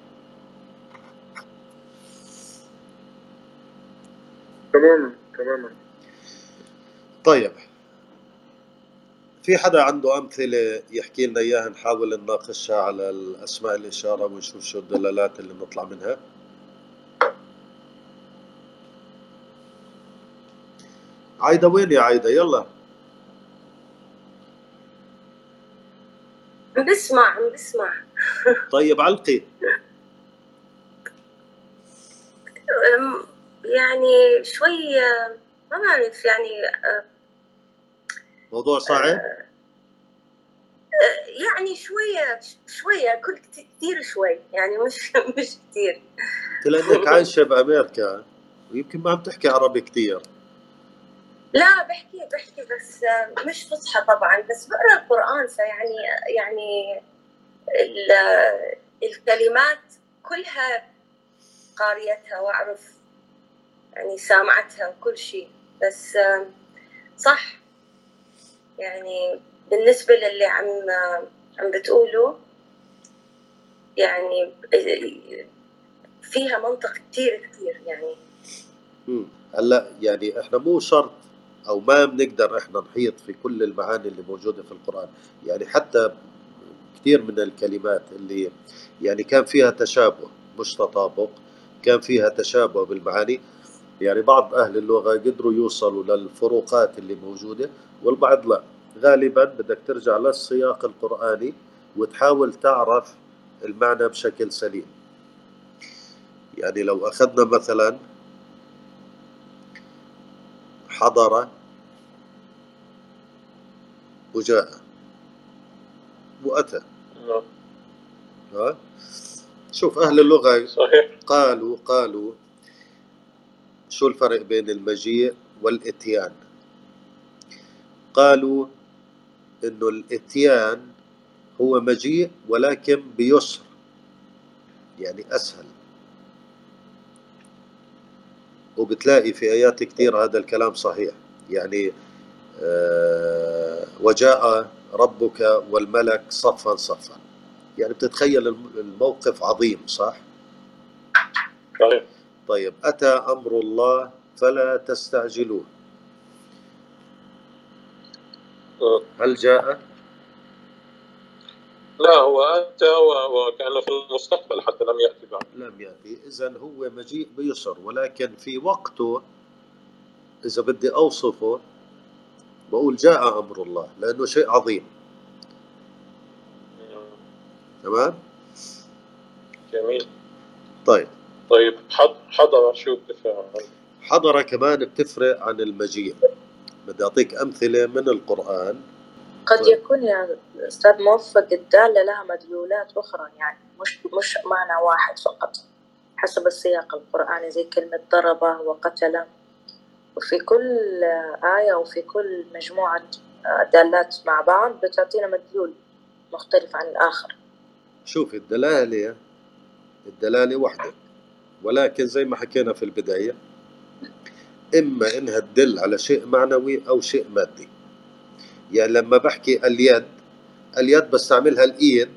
تماما. طيب، في حدا عنده أمثلة يحكي لنا إياها نحاول نناقشها على الأسماء الإشارة ونشوف شو الدلالات اللي نطلع منها؟ عايدة وين يا عايدة؟ يلا. عم بسمع. طيب علقي. يعني شوي ما بعرف يعني موضوع صعب؟ يعني شوية كل كتير شوي يعني مش كتير. انت لانك عايشة بأمريكا ويمكن ما عم تحكي عربي كتير. لا بحكي بس مش فصحى طبعا، بس بقرا القرآن. فيعني الكلمات كلها قاريتها واعرف يعني سامعتها وكل شيء. بس صح يعني بالنسبة للي عم بتقوله يعني فيها منطق كتير يعني. هلا يعني احنا مو شرط او ما بنقدر احنا نحيط في كل المعاني اللي موجودة في القرآن. يعني حتى كثير من الكلمات اللي يعني كان فيها تشابه مش تطابق، كان فيها تشابه بالمعاني. يعني بعض أهل اللغة قدروا يوصلوا للفروقات اللي موجودة والبعض لا. غالبا بدك ترجع للسياق القرآني وتحاول تعرف المعنى بشكل سليم. يعني لو أخذنا مثلا حضر وجاء وأتى، شوف أهل اللغة صحيح. قالوا شو الفرق بين المجيء والإتيان؟ قالوا إنه الإتيان هو مجيء ولكن بيسر، يعني أسهل. وبتلاقي في آيات كثير هذا الكلام صحيح. يعني وجاء ربك والملك صفا صفا، يعني بتتخيل الموقف عظيم، صح؟ طيب، أتى أمر الله فلا تستعجلوه. هل جاء؟ لا، هو أتى وكأنه في المستقبل حتى لم يأتي بعد. لم يأتي، إذن هو مجيء بيسر ولكن في وقته. إذا بدي أوصفه بقول جاء أمر الله لأنه شيء عظيم. تمام؟ جميل. طيب حضر شو بتفرق؟ حضر كمان بتفرق عن المجيء. بدي أعطيك أمثلة من القرآن. قد يكون يا أستاذ موفق الدالة لها مدلولات أخرى، يعني مش معنى واحد فقط حسب السياق القرآني، زي كلمة ضرب وقتل. وفي كل آية وفي كل مجموعة دالات مع بعض بتعطينا مدلول مختلف عن الآخر. شوف الدلالة واحدة، ولكن زي ما حكينا في البداية إما إنها تدل على شيء معنوي أو شيء مادي. يعني لما بحكي اليد بستعملها الإيد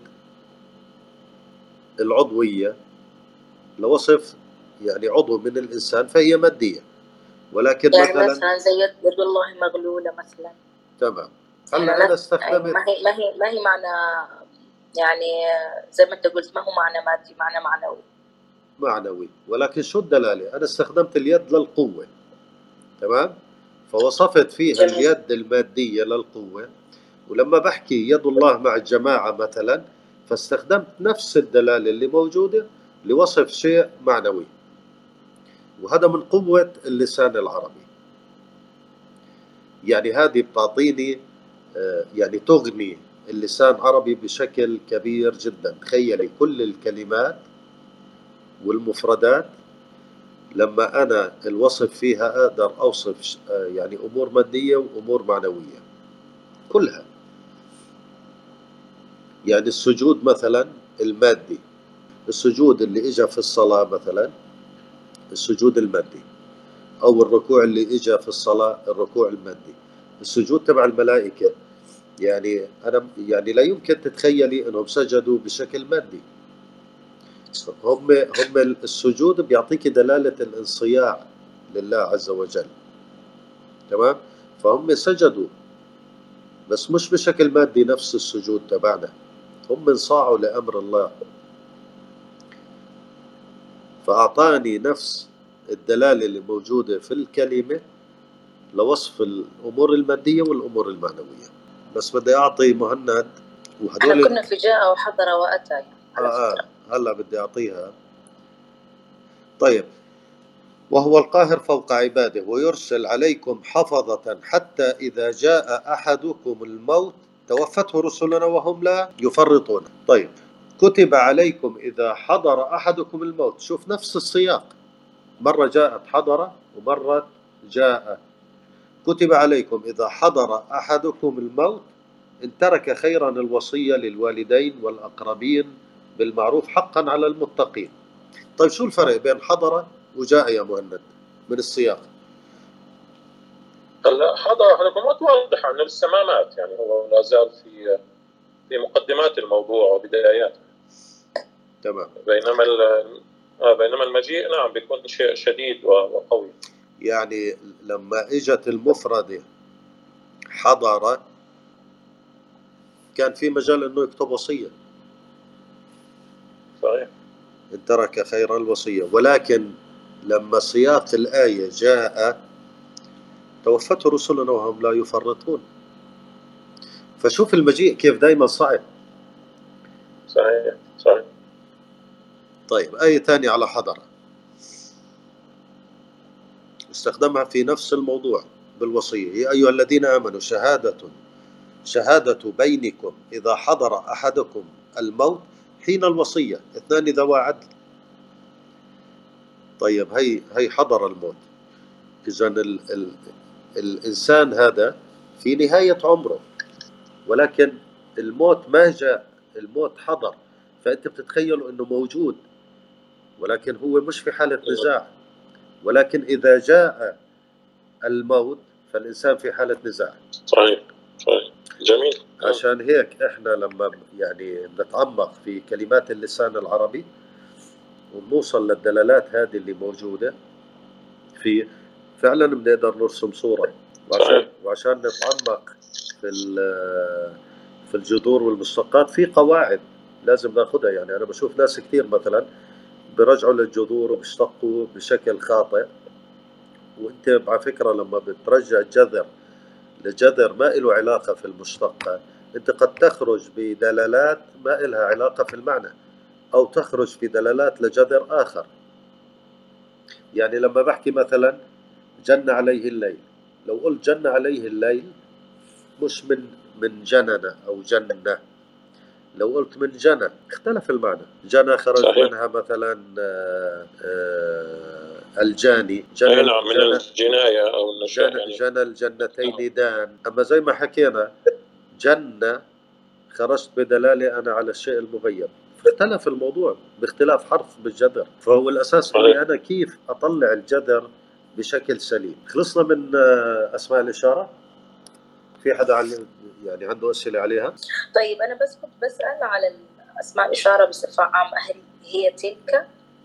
العضوية لوصف يعني عضو من الإنسان فهي مادية. ولكن يعني مثلا زي يد الله مغلولة مثلا. تمام. هلا أنا استخدمت ما هي معنى، يعني زي ما أنت قلت ما هو معنى مادي، معنى معنوي. معنوي، ولكن شو الدلالة؟ أنا استخدمت اليد للقوة، تمام؟ فوصفت فيها جميل. اليد المادية للقوة، ولما بحكي يد الله مع الجماعة مثلا فاستخدمت نفس الدلالة اللي موجودة لوصف شيء معنوي، وهذا من قوة اللسان العربي. يعني هذه بتعطيني يعني تغني اللسان العربي بشكل كبير جدا. تخيلي كل الكلمات والمفردات لما أنا الوصف فيها أقدر أوصف يعني أمور مادية وأمور معنوية كلها. يعني السجود مثلا المادي، السجود اللي إجا في الصلاة مثلا السجود المادي، أو الركوع اللي إجا في الصلاة الركوع المادي. السجود تبع الملائكة يعني أنا يعني لا يمكن تتخيلي أنهم سجدوا بشكل مادي. هم السجود بيعطيك دلالة الانصياع لله عز وجل، تمام؟ فهم سجدوا بس مش بشكل مادي نفس السجود تبعنا، هم انصاعوا لأمر الله، فأعطاني نفس الدلالة اللي موجودة في الكلمة لوصف الأمور المادية والأمور المعنوية. بس بدي أعطي مهند احنا وهدول كنا في جاء وحضر وأتى يعني على فكرة. هلا بدي أعطيها. طيب، وهو القاهر فوق عباده ويرسل عليكم حفظة حتى إذا جاء أحدكم الموت توفته رسلنا وهم لا يفرطون. طيب، كتب عليكم إذا حضر أحدكم الموت، شوف نفس السياق، مرة جاءت حضر ومرة جاء. كتب عليكم إذا حضر أحدكم الموت إن ترك خيرا الوصية للوالدين والأقربين بالمعروف حقا على المتقين. طيب شو الفرق بين حضر وجاء يا مهند من السياق؟ هلا حضر أحدكم الموت واضح أنه لسه ما مات، يعني هو لا زال في مقدمات الموضوع وبداياته. تمام. بينما المجيء نعم بيكون شيء شديد وقوي. يعني لما اجت المفردة حضر كان في مجال انه يكتب وصية، صحيح. ان ترك خيرا الوصية، ولكن لما سياق الآية جاء توفته رسلنا وهم لا يفرطون. فشوف المجيء كيف دايما صعب. صحيح صحيح. طيب، آية ثانية على حضر استخدمها في نفس الموضوع بالوصية: يا أيها الذين آمنوا شهادة بينكم إذا حضر أحدكم الموت حين الوصية اثنان ذوى عدل. طيب، هي حضر الموت، إذن الإنسان هذا في نهاية عمره، ولكن الموت ما جاء، الموت حضر، فأنت بتتخيل أنه موجود ولكن هو مش في حالة نزاع. ولكن إذا جاء الموت فالإنسان في حالة نزاع. صحيح صحيح. جميل. عشان هيك إحنا لما يعني نتعمق في كلمات اللسان العربي ونوصل للدلالات هذه اللي موجودة في، فعلا بنقدر نرسم صورة. وعشان نتعمق في الجذور والمشتقات في قواعد لازم ناخدها. يعني أنا بشوف ناس كثير مثلا برجعوا للجذور وبيشتقوا بشكل خاطئ، وانت على فكرة لما بترجع جذر لجذر ما له علاقة في المشتقة انت قد تخرج بدلالات ما لها علاقة في المعنى، او تخرج في دلالات لجذر اخر. يعني لما بحكي مثلا جن عليه الليل، لو قلت جن عليه الليل مش من جنن او جنة. لو قلت من جنى اختلف المعنى. جنى خرج صحيح. منها مثلا الجاني، جنى نعم من الجناية أو النشاء، جنى الجنتين دان. أما زي ما حكينا جنة خرجت بدلالة أنا على الشيء المغير، فاختلف الموضوع باختلاف حرف بالجذر. فهو الأساس إني أنا كيف أطلع الجذر بشكل سليم. خلصنا من أسماء الإشارة. في حدا يعني عنده أسئلة عليها؟ طيب أنا بس كنت بسأل على أسماء الإشارة بصفة عامة، هل هي تلك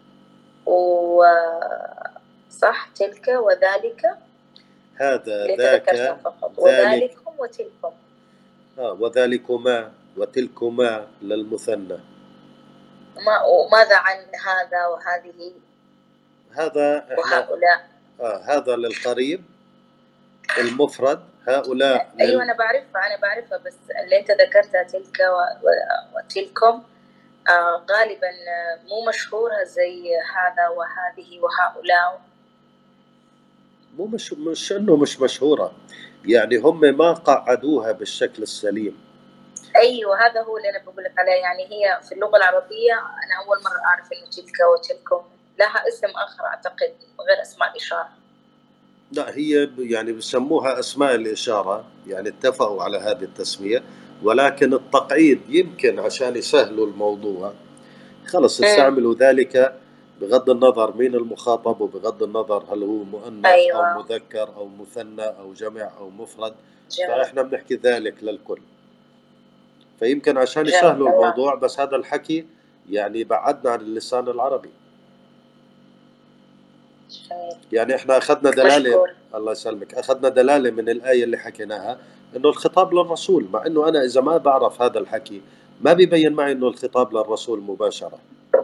صح تلك وذلك؟ هذا ذاك فقط وذلكم وتلكم. وذلكما وتلكما للمثنى. وماذا عن هذا وهذه هذا احنا وهؤلاء؟ هذا للقريب المفرد، هؤلاء أيوة أنا بعرفها بس اللي أنت ذكرتها تلك وتلكم غالبا مو مشهورة زي هذا وهذه وهؤلاء. مو مش انه مش مشهورة، يعني هم ما قعدوها بالشكل السليم. أيوة هذا هو اللي أنا بقول لك عليه، يعني هي في اللغة العربية أنا أول مرة أعرف إن تلك وتلكم لها اسم آخر أعتقد غير أسماء الإشارة. لا هي يعني بسموها أسماء الإشارة، يعني اتفقوا على هذه التسمية، ولكن التقعيد يمكن عشان يسهلوا الموضوع خلص استعملوا ذلك بغض النظر مين المخاطب، وبغض النظر هل هو مؤنث أيوة. أو مذكر أو مثنى أو جمع أو مفرد، فإحنا بنحكي ذلك للكل، فيمكن عشان يسهلوا الموضوع. بس هذا الحكي يعني بعدنا عن اللسان العربي. يعني احنا اخذنا دلالة، الله يسلمك، اخذنا دلالة من الآية اللي حكيناها انه الخطاب للرسول، مع انه انا اذا ما بعرف هذا الحكي ما بيبين معي انه الخطاب للرسول مباشرة.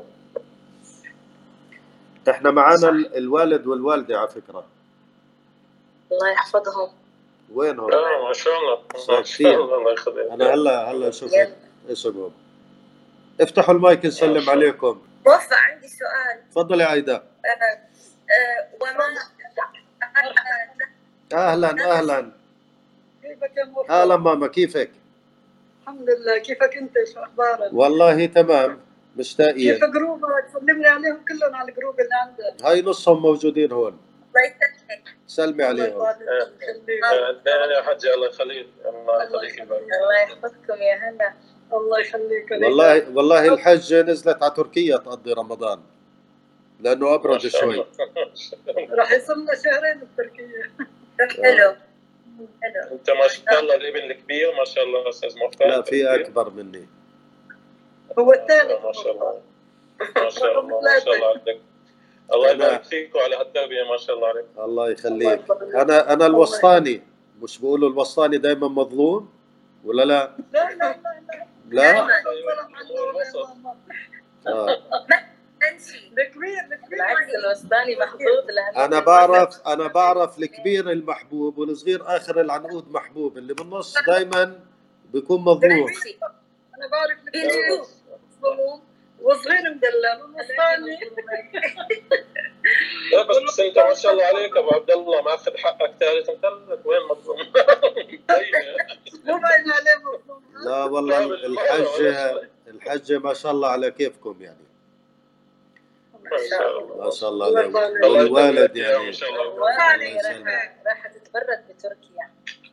احنا معانا الوالد والوالدة على فكرة، الله يحفظهم. وينهم؟ ما شاء الله ساكتين. الله يخليك. انا هلا شوف اسمهم. افتحوا المايك نسلم عليكم. وفاء عندي سؤال. تفضلي عايدة. وما اهلا كيفك يا موفق؟ اهلا ماما، كيفك؟ الحمد لله، كيفك انت؟ شو اخبارك؟ والله تمام، مشتاقين. كيف جروبك؟ سلمني عليهم كلهم على الجروب اللي عندك. هاي نصهم موجودين هون. الله يسلمك. سلمي عليهم. يا حجة الله يخليك. الله يخليك. الله يحفظكم يا هلا. الله يخليك. والله الحجة نزلت على تركيا تقضي رمضان لأنه أبرد شوي. راح يصير لنا شهرين بتركيا. حلو. أنت ما شاء الله الابن الكبير ما شاء الله أستاذ مختار. لا في أكبر مني. هو الثاني. ما شاء الله ما شاء الله ما شاء الله عندك. الله يبارك فيك وعلى هالتربية ما شاء الله عليك. الله يخليك. أنا الوسطاني، مش بقولوا الوسطاني دائما مظلوم ولا لا؟ لا الوسطاني محظوظ. أنا بعرف الكبير المحبوب والصغير آخر العنقود محبوب، اللي بالنص دائما بيكون مظلوم. أنا بعرف الكبير مظلوم وصغير مدلل والوسطاني. لا بس انت ما شاء الله عليك ابو عبد الله ماخذ حقك ثالث مثلث، وين مظلوم؟ مو باين عليه مظلوم. لا والله الحجة ما شاء الله على كيفكم يعني. ما شاء الله عليك. والوالد يعني ما شاء الله راح تتبرد بتركيا.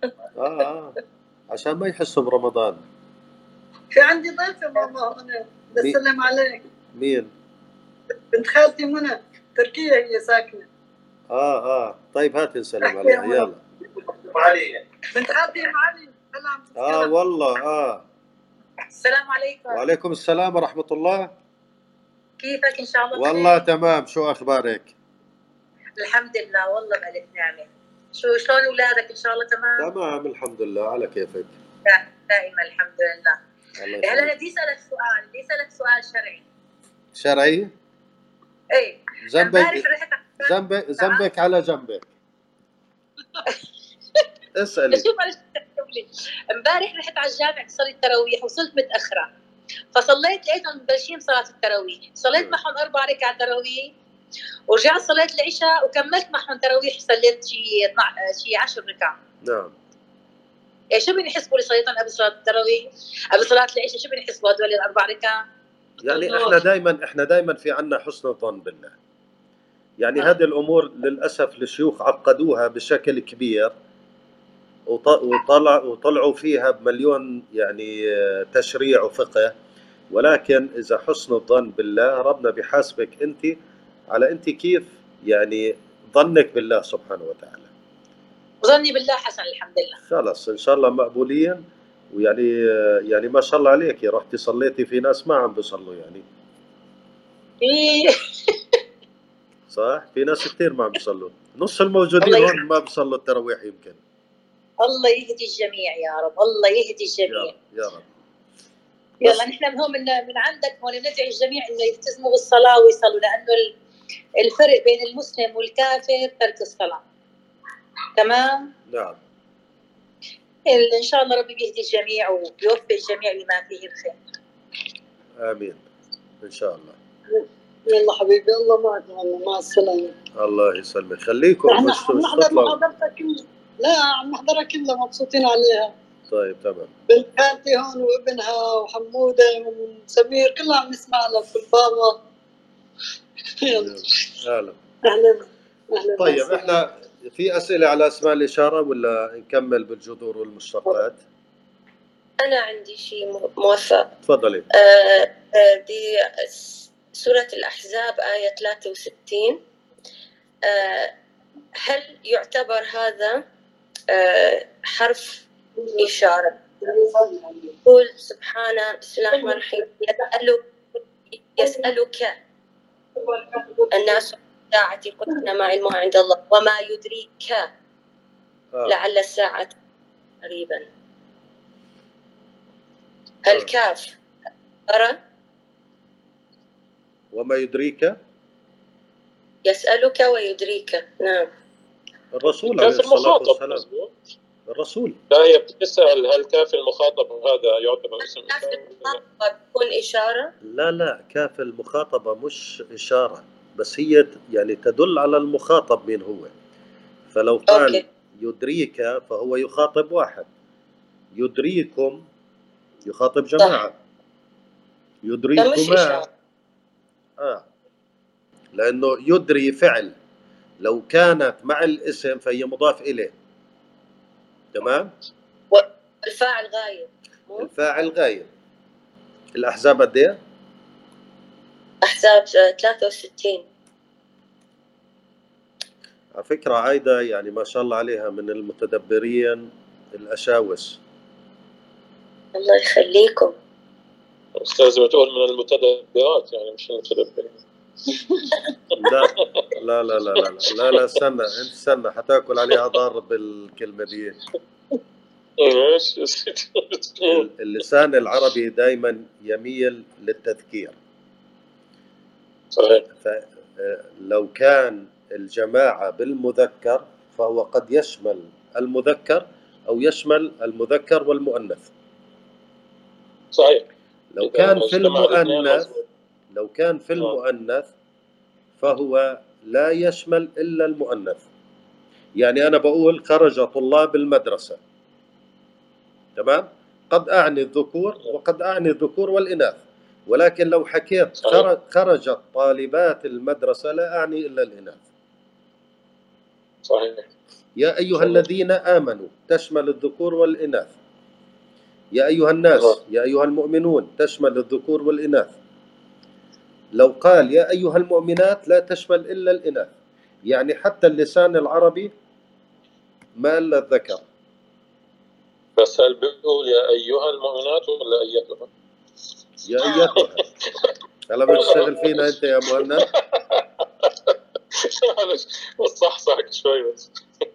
عشان ما يحسوا برمضان. في عندي ضيفة ماما هنا بسلم عليك. مين؟ بنت خالتي منى، تركيا هي ساكنة. طيب هات نسلم عليها يلا. علي بنت خالتي علي. والله السلام عليكم. وعليكم السلام ورحمة الله. كيفك؟ إن شاء الله والله تمام. شو أخبارك؟ الحمد لله والله بألف نعمة. شلون أولادك؟ إن شاء الله تمام؟ تمام الحمد لله. على كيفك؟ دائما الحمد لله. هلا أنا بدي أسألك سؤال شرعي. إيه. ذنبك على جنبك. اسألي. شوف امبارح رحت على الجامع تصلي التراويح، وصلت متأخرة فصليت لقيتهم مبلشين صلاة التراويح، صليت معهم 4 ركعات تراويح ورجعت صليت العشاء وكملت معهم تراويح، صليت شي 10 ركعات. نعم. شو بنحسبوا لي صليتهم قبل صلاة التراويح؟ قبل صلاة العشاء شو بنحسبوا هدول ال4 ركعات؟ يعني احنا دائما في عنا حسن الظن بالله. يعني هذه الامور للاسف الشيوخ عقدوها بشكل كبير وطلعوا فيها بمليون يعني تشريع وفقه، ولكن اذا حسن الظن بالله ربنا بيحاسبك انت على انت كيف يعني ظنك بالله سبحانه وتعالى. ظني بالله حسن الحمد لله. خلص ان شاء الله مقبولين. ويعني ما شاء الله عليك رحتي صليتي في ناس ما عم بيصلوا يعني. صح، في ناس كثير ما عم بيصلوا، نص الموجودين هون ما بيصلوا التراويح يمكن. الله يهدي الجميع يا رب، الله يهدي الجميع يا رب. يلا نحن هون من عندك هون ندعي الجميع انه يلتزموا بالصلاه ويصلوا، لانه الفرق بين المسلم والكافر ترك الصلاه. تمام؟ نعم. ان شاء الله ربي بيهدي الجميع وبيوفق الجميع لما فيه الخير. امين ان شاء الله. يلا حبيبي الله معك، والله مع السلامه. الله يسلمك، خليكم نحن مش عم نحضر تطلعوا. محاضرتك كلها. لا عم نحضرها كلها، مبسوطين عليها. طيب تمام. بنت خالتي هون وابنها وحموده وسمير كلها عم نسمع لك والبابا. يلا اهلا. اهلا اهلا. طيب احنا في اسئله على اسماء الاشاره ولا نكمل بالجذور والمشتقات؟ أنا عندي شيء موفق. تفضلي. بسورة الأحزاب آية 63 هل يعتبر هذا حرف إشارة؟ يقول سبحانه بسم الله الرحمن الرحيم يسألك الناس الساعة قل إنما علمها عند الله وما يدريك لعل الساعة قريبا. الكاف أرى وما يدريك يسألك ويدريك. نعم. الرسول عليه الصلاة والسلام. الرسول. لا هي بتسأل هل كاف المخاطب هذا يعتبر اسم كاف المخاطبة بتكون إشارة؟ لا كاف المخاطبة مش إشارة، بس هي يعني تدل على المخاطب مين هو. فلو قال يدريك فهو يخاطب واحد، يدريكم يخاطب جماعة، يدريكما لأنه يدري فعل، لو كانت مع الاسم فهي مضاف إليه. تمام؟ والفاعل غايب. الفاعل غايب. الأحزاب قد إيه؟ أحزاب 63. على فكرة عايدة يعني ما شاء الله عليها من المتدبرين الأشاوس. الله يخليكم. أستاذ بتقول من المتدبرات يعني مش المتدبرين. لا استنى حتاكل عليها ضارب بالكلمة دي. اللسان العربي دائما يميل للتذكير. صحيح. فلو كان الجماعة بالمذكر فهو قد يشمل المذكر أو يشمل المذكر والمؤنث. صحيح. لو كان في المؤنث فهو لا يشمل إلا المؤنث. يعني أنا بقول خرج طلاب المدرسة، تمام؟ قد أعني الذكور وقد أعني الذكور والإناث، ولكن لو حكيت خرجت طالبات المدرسة لا أعني إلا الإناث. صحيح. يا أيها الذين آمنوا تشمل الذكور والإناث. يا أيها الناس يا أيها المؤمنون تشمل الذكور والإناث. لو قال يا أيها المؤمنات لا تشمل إلا الإناث. يعني حتى اللسان العربي مال للذكر. بس هل بيقول يا أيها المؤمنات ولا أيتها؟ يا أيتها. هلا بتشتغل فينا أنت يا مهند. صح شوي بس.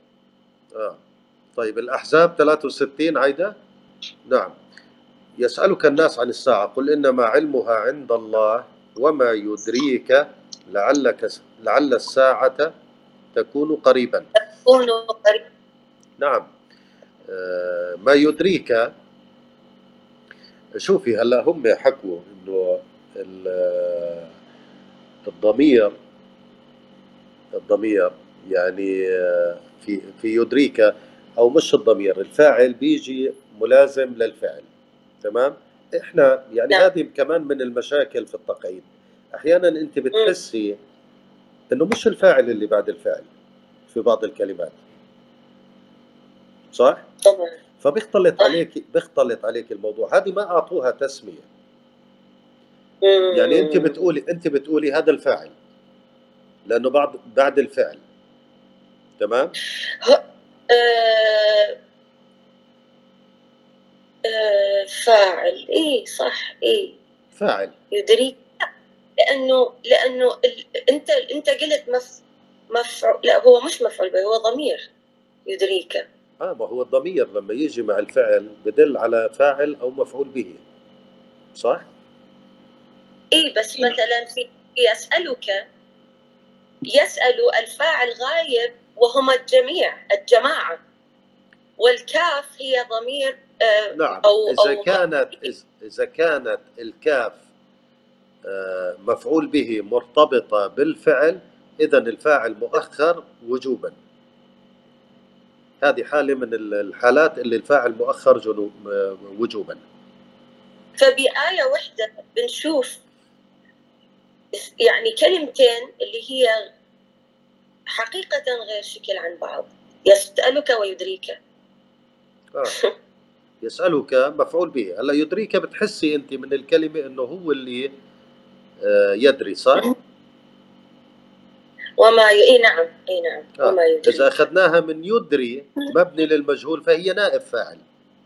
طيب الأحزاب 63 عايدة. نعم. يسألك الناس عن الساعة قل إنما علمها عند الله وما يدريك لعل الساعة تكون قريبا. نعم. ما يدريك. شوفي هلا هم حكوا إنه الضمير يعني في يدريك أو مش الضمير، الفاعل بيجي ملازم للفعل. تمام؟ إحنا يعني هذه كمان من المشاكل في التقعيد. أحيانا أنت بتحسي إنه مش الفاعل اللي بعد الفعل في بعض الكلمات، صح؟ طبعا. فبيختلط عليك الموضوع. هذه ما أعطوها تسمية. يعني أنت بتقولي هذا الفاعل لأنه بعد الفعل. تمام؟ فاعل. صح. فاعل يدريك لأنه أنت قلت مفعول. لا هو مش مفعول به، هو ضمير يدريك. ما هو الضمير لما يجي مع الفعل بدل على فاعل أو مفعول به. صح؟ اي بس مثلا في يسألك، يسأل الفاعل غايب وهم الجماعة، والكاف هي ضمير نعم. أو إذا كانت الكاف مفعول به مرتبطة بالفعل، إذا الفاعل مؤخر وجوبا. هذه حالة من الحالات اللي الفاعل مؤخر وجوبا. فبآية واحدة بنشوف يعني كلمتين اللي هي حقيقة غير شكل عن بعض. يسألك ويدريك. يسألك مفعول به. هلا يدريك بتحسي أنت من الكلمة إنه هو اللي يدري، صح؟ وما اي نعم وما يدري. إذا أخذناها من يدري مبني للمجهول فهي نائب فاعل.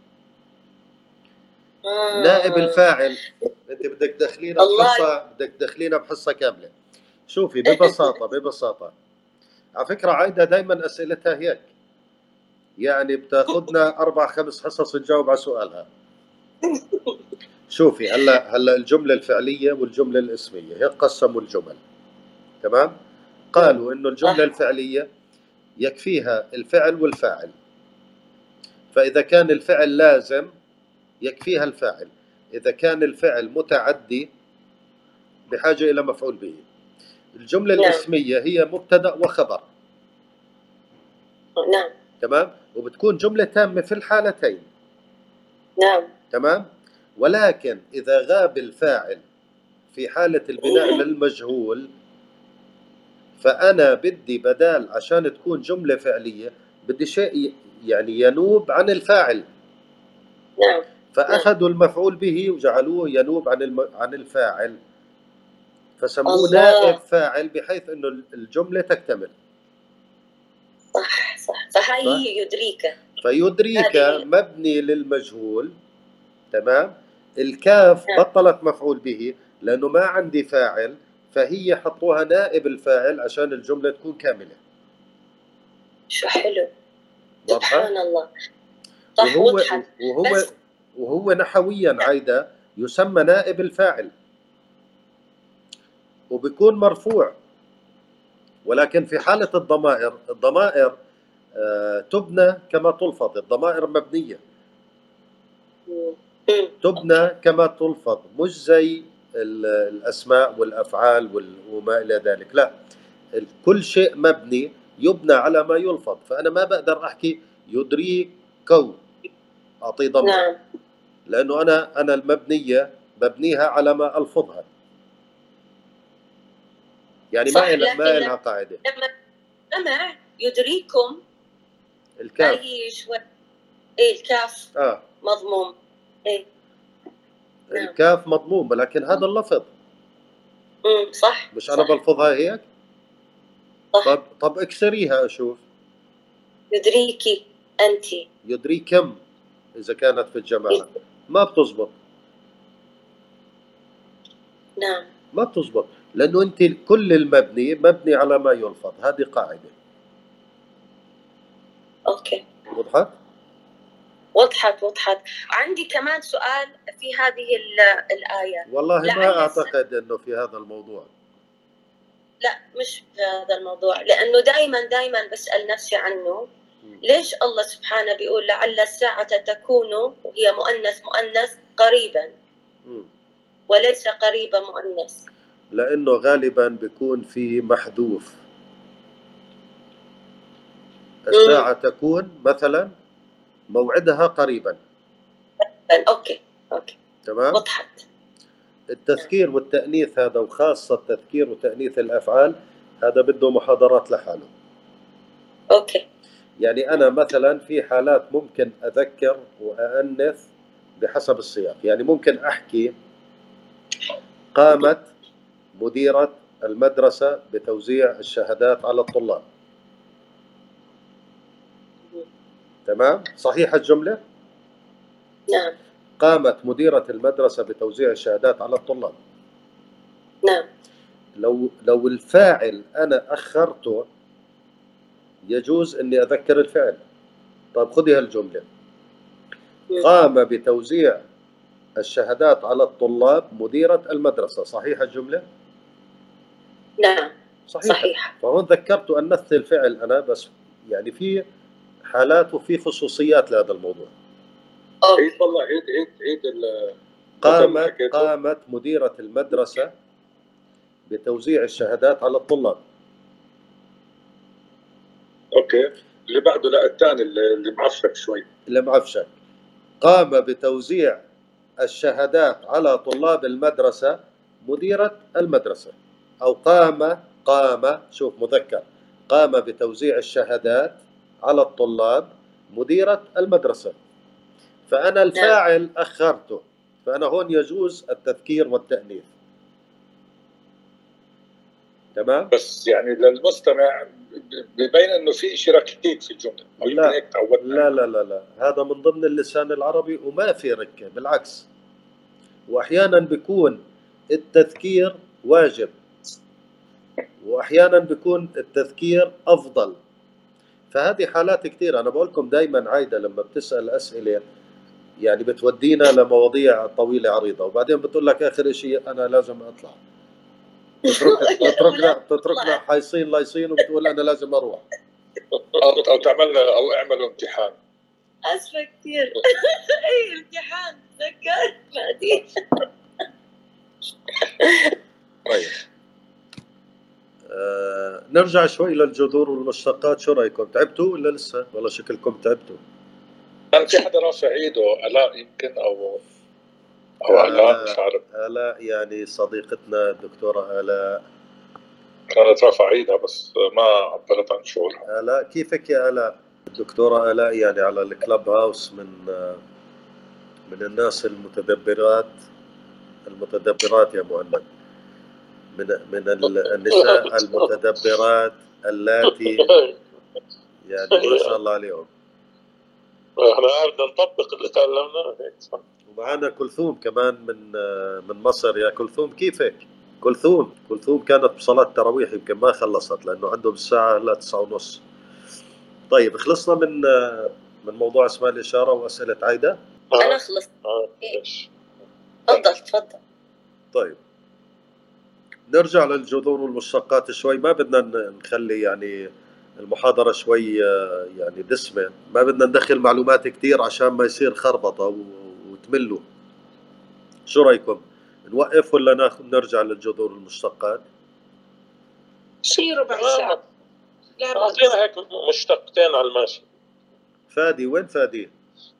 نائب الفاعل. أنت بدك تدخلينا بحصة كاملة. شوفي ببساطة على فكرة عايدة دايما أسئلتها هيك، يعني بتاخذنا 4-5 حصص نجاوب على سؤالها. شوفي هلا الجملة الفعلية والجملة الاسمية هيك قسموا الجمل، تمام؟ قالوا إنه الجملة الفعلية يكفيها الفعل والفاعل، فإذا كان الفعل لازم يكفيها الفاعل، إذا كان الفعل متعدي بحاجة إلى مفعول به. الجملة الاسمية هي مبتدأ وخبر. نعم. تمام؟ وبتكون جملة تامة في الحالتين. نعم. تمام؟ ولكن إذا غاب الفاعل في حالة البناء للمجهول، فأنا بدي بدال عشان تكون جملة فعلية بدي شيء يعني ينوب عن الفاعل. نعم. فأخذوا المفعول به وجعلوه ينوب عن الفاعل، فسموه نائب فاعل بحيث إنه الجملة تكتمل. صح. فهي يدريك. فيدريك مبني للمجهول. تمام؟ الكاف بطلت مفعول به لأنه ما عندي فاعل، فهي حطوها نائب الفاعل عشان الجملة تكون كاملة. شو حلو. سبحان الله. صح. وهو نحويا عايدة يسمى نائب الفاعل وبيكون مرفوع، ولكن في حالة الضمائر تبنى كما تلفظ. الضمائر مبنية تبنى كما تلفظ، مش زي الأسماء والأفعال وما إلى ذلك. لا، كل شيء مبني يبنى على ما يلفظ. فأنا ما بقدر أحكي يدريكو أعطي ضمة. نعم. لأنه أنا المبنية ببنيها على ما ألفظها، يعني ما إلها قاعدة. لما يدريكم الكاف هي شوي الكاف مضموم. الكاف مضموم، لكن هذا اللفظ صح. مش أنا بلفظها هيك. صح. طب اكسريها أشوف. يدريكي أنت. يدريكم إذا كانت في الجماعة ما بتزبط. نعم. ما بتزبط لأنه أنت كل المبني مبني على ما يلفظ. هذه قاعدة. أوكي. وضحت. عندي كمان سؤال في هذه الآية. والله ما أعتقد أنه في هذا الموضوع. لا مش في هذا الموضوع، لأنه دائما بسأل نفسي عنه. ليش الله سبحانه بيقول لعل الساعة تكون وهي مؤنث قريبا وليس قريبا مؤنث؟ لأنه غالبا بيكون في محذوف. الساعة تكون مثلا موعدها قريبا. أوكي. تمام. وضحت. التذكير والتأنيث هذا، وخاصة التذكير وتأنيث الأفعال، هذا بده محاضرات لحاله. أوكي. يعني أنا مثلا في حالات ممكن أذكر وأأنث بحسب السياق. يعني ممكن أحكي قامت مديرة المدرسة بتوزيع الشهادات على الطلاب. تمام؟ صحيح الجملة؟ نعم. قامت مديرة المدرسة بتوزيع الشهادات على الطلاب. نعم. لو الفاعل أنا أخرته يجوز أني أذكر الفعل. طيب خذي هالجملة. قام بتوزيع الشهادات على الطلاب مديرة المدرسة. صحيحة الجملة؟ نعم صحيح. صحيح. فهون ذكرت أنث الفعل أنا، بس يعني في حالات وفي خصوصيات لهذا الموضوع. عيد والله عيد قامت مديرة المدرسة بتوزيع الشهادات على الطلاب. اوكي، اللي بعده لا الثاني اللي معفك شوي. اللي معفشك. قام بتوزيع الشهادات على طلاب المدرسة مديرة المدرسة، أو قام شوف مذكر، قام بتوزيع الشهادات على الطلاب مديرة المدرسة. فأنا الفاعل أخرته، فأنا هون يجوز التذكير والتأنيث. تمام؟ بس يعني للمستمع ببين انه في شيء ركيك في الجمله. لا، هذا من ضمن اللسان العربي وما في ركه، بالعكس. واحيانا بيكون التذكير واجب، واحيانا بيكون التذكير افضل. فهذه حالات كثير. انا بقول لكم دائما عايده لما بتسال اسئله يعني بتودينا لمواضيع طويله عريضه، وبعدين بتقول لك اخر شيء انا لازم اطلع. تتركنا حايصين لايصين وبتقول انا لازم اروح. او تعملنا او اعملوا امتحان. اسفه كثير. اي امتحان تذكر بعدين. طيب نرجع شوي للجذور والمشتقات. شو رايكم؟ تعبتوا ولا لسه؟ والله شكلكم تعبتوا. في حدا رافع ايده؟ الاء يمكن او الاء مش عارف. الاء يعني صديقتنا الدكتوره الاء كانت رافعه ايدها بس ما عبرت عن شعورها. الاء كيفك يا الاء؟ الدكتوره الاء يعني على الكلاب هاوس من الناس المتدبرات يا مهند، من النساء المتدبرات اللاتي يعني ما شاء الله عليهم. احنا قاعد نطبق اللي تعلمناه هيك صح. ومعنا كلثوم كمان من مصر. يا كلثوم كيفك؟ كلثوم كانت بصلاة تراويح يمكن ما خلصت لأنه عندهم الساعة هلا 9:30. طيب خلصنا من موضوع اسماء الإشارة وأسئلة عايدة. أنا خلصت. تفضل. طيب نرجع للجذور والمشتقات شوي. ما بدنا نخلي يعني المحاضرة شوي يعني دسمة، ما بدنا ندخل معلومات كتير عشان ما يصير خربطة وتملوا. شو رأيكم؟ نوقف ولا نرجع للجذور والمشتقات؟ شي ربع ساعة. أعطينا هيك مشتقتين على الماشي. فادي وين فادي؟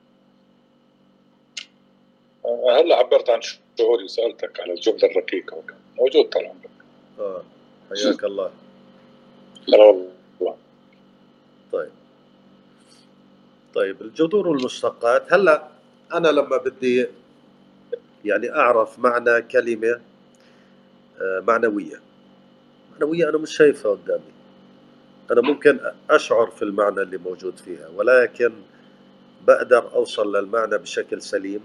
هلا عبرت عن شعوري وسألتك على الجملة الركيكة وكان موجود طال عمرك. حياك الله. هلا والله. طيب الجذور والمشتقات. هلا أنا لما بدي يعني أعرف معنى كلمة معنوية أنا مش شايفها قدامي. أنا ممكن أشعر في المعنى اللي موجود فيها، ولكن بقدر أوصل للمعنى بشكل سليم.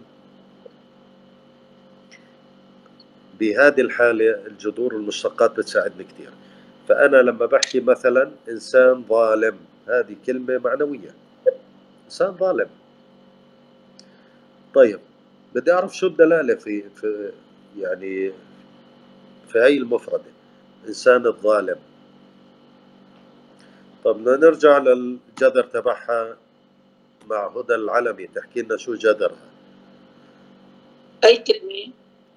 بهذه الحالة الجذور والمشتقات بتساعدني كتير. فأنا لما بحكي مثلا إنسان ظالم، هذه كلمة معنوية، إنسان ظالم. طيب بدي أعرف شو الدلالة في يعني في هاي المفردة إنسان الظالم. طب بدنا نرجع للجذر تبعها مع هدى العلمي، تحكي لنا شو جذرها. أي كلمة؟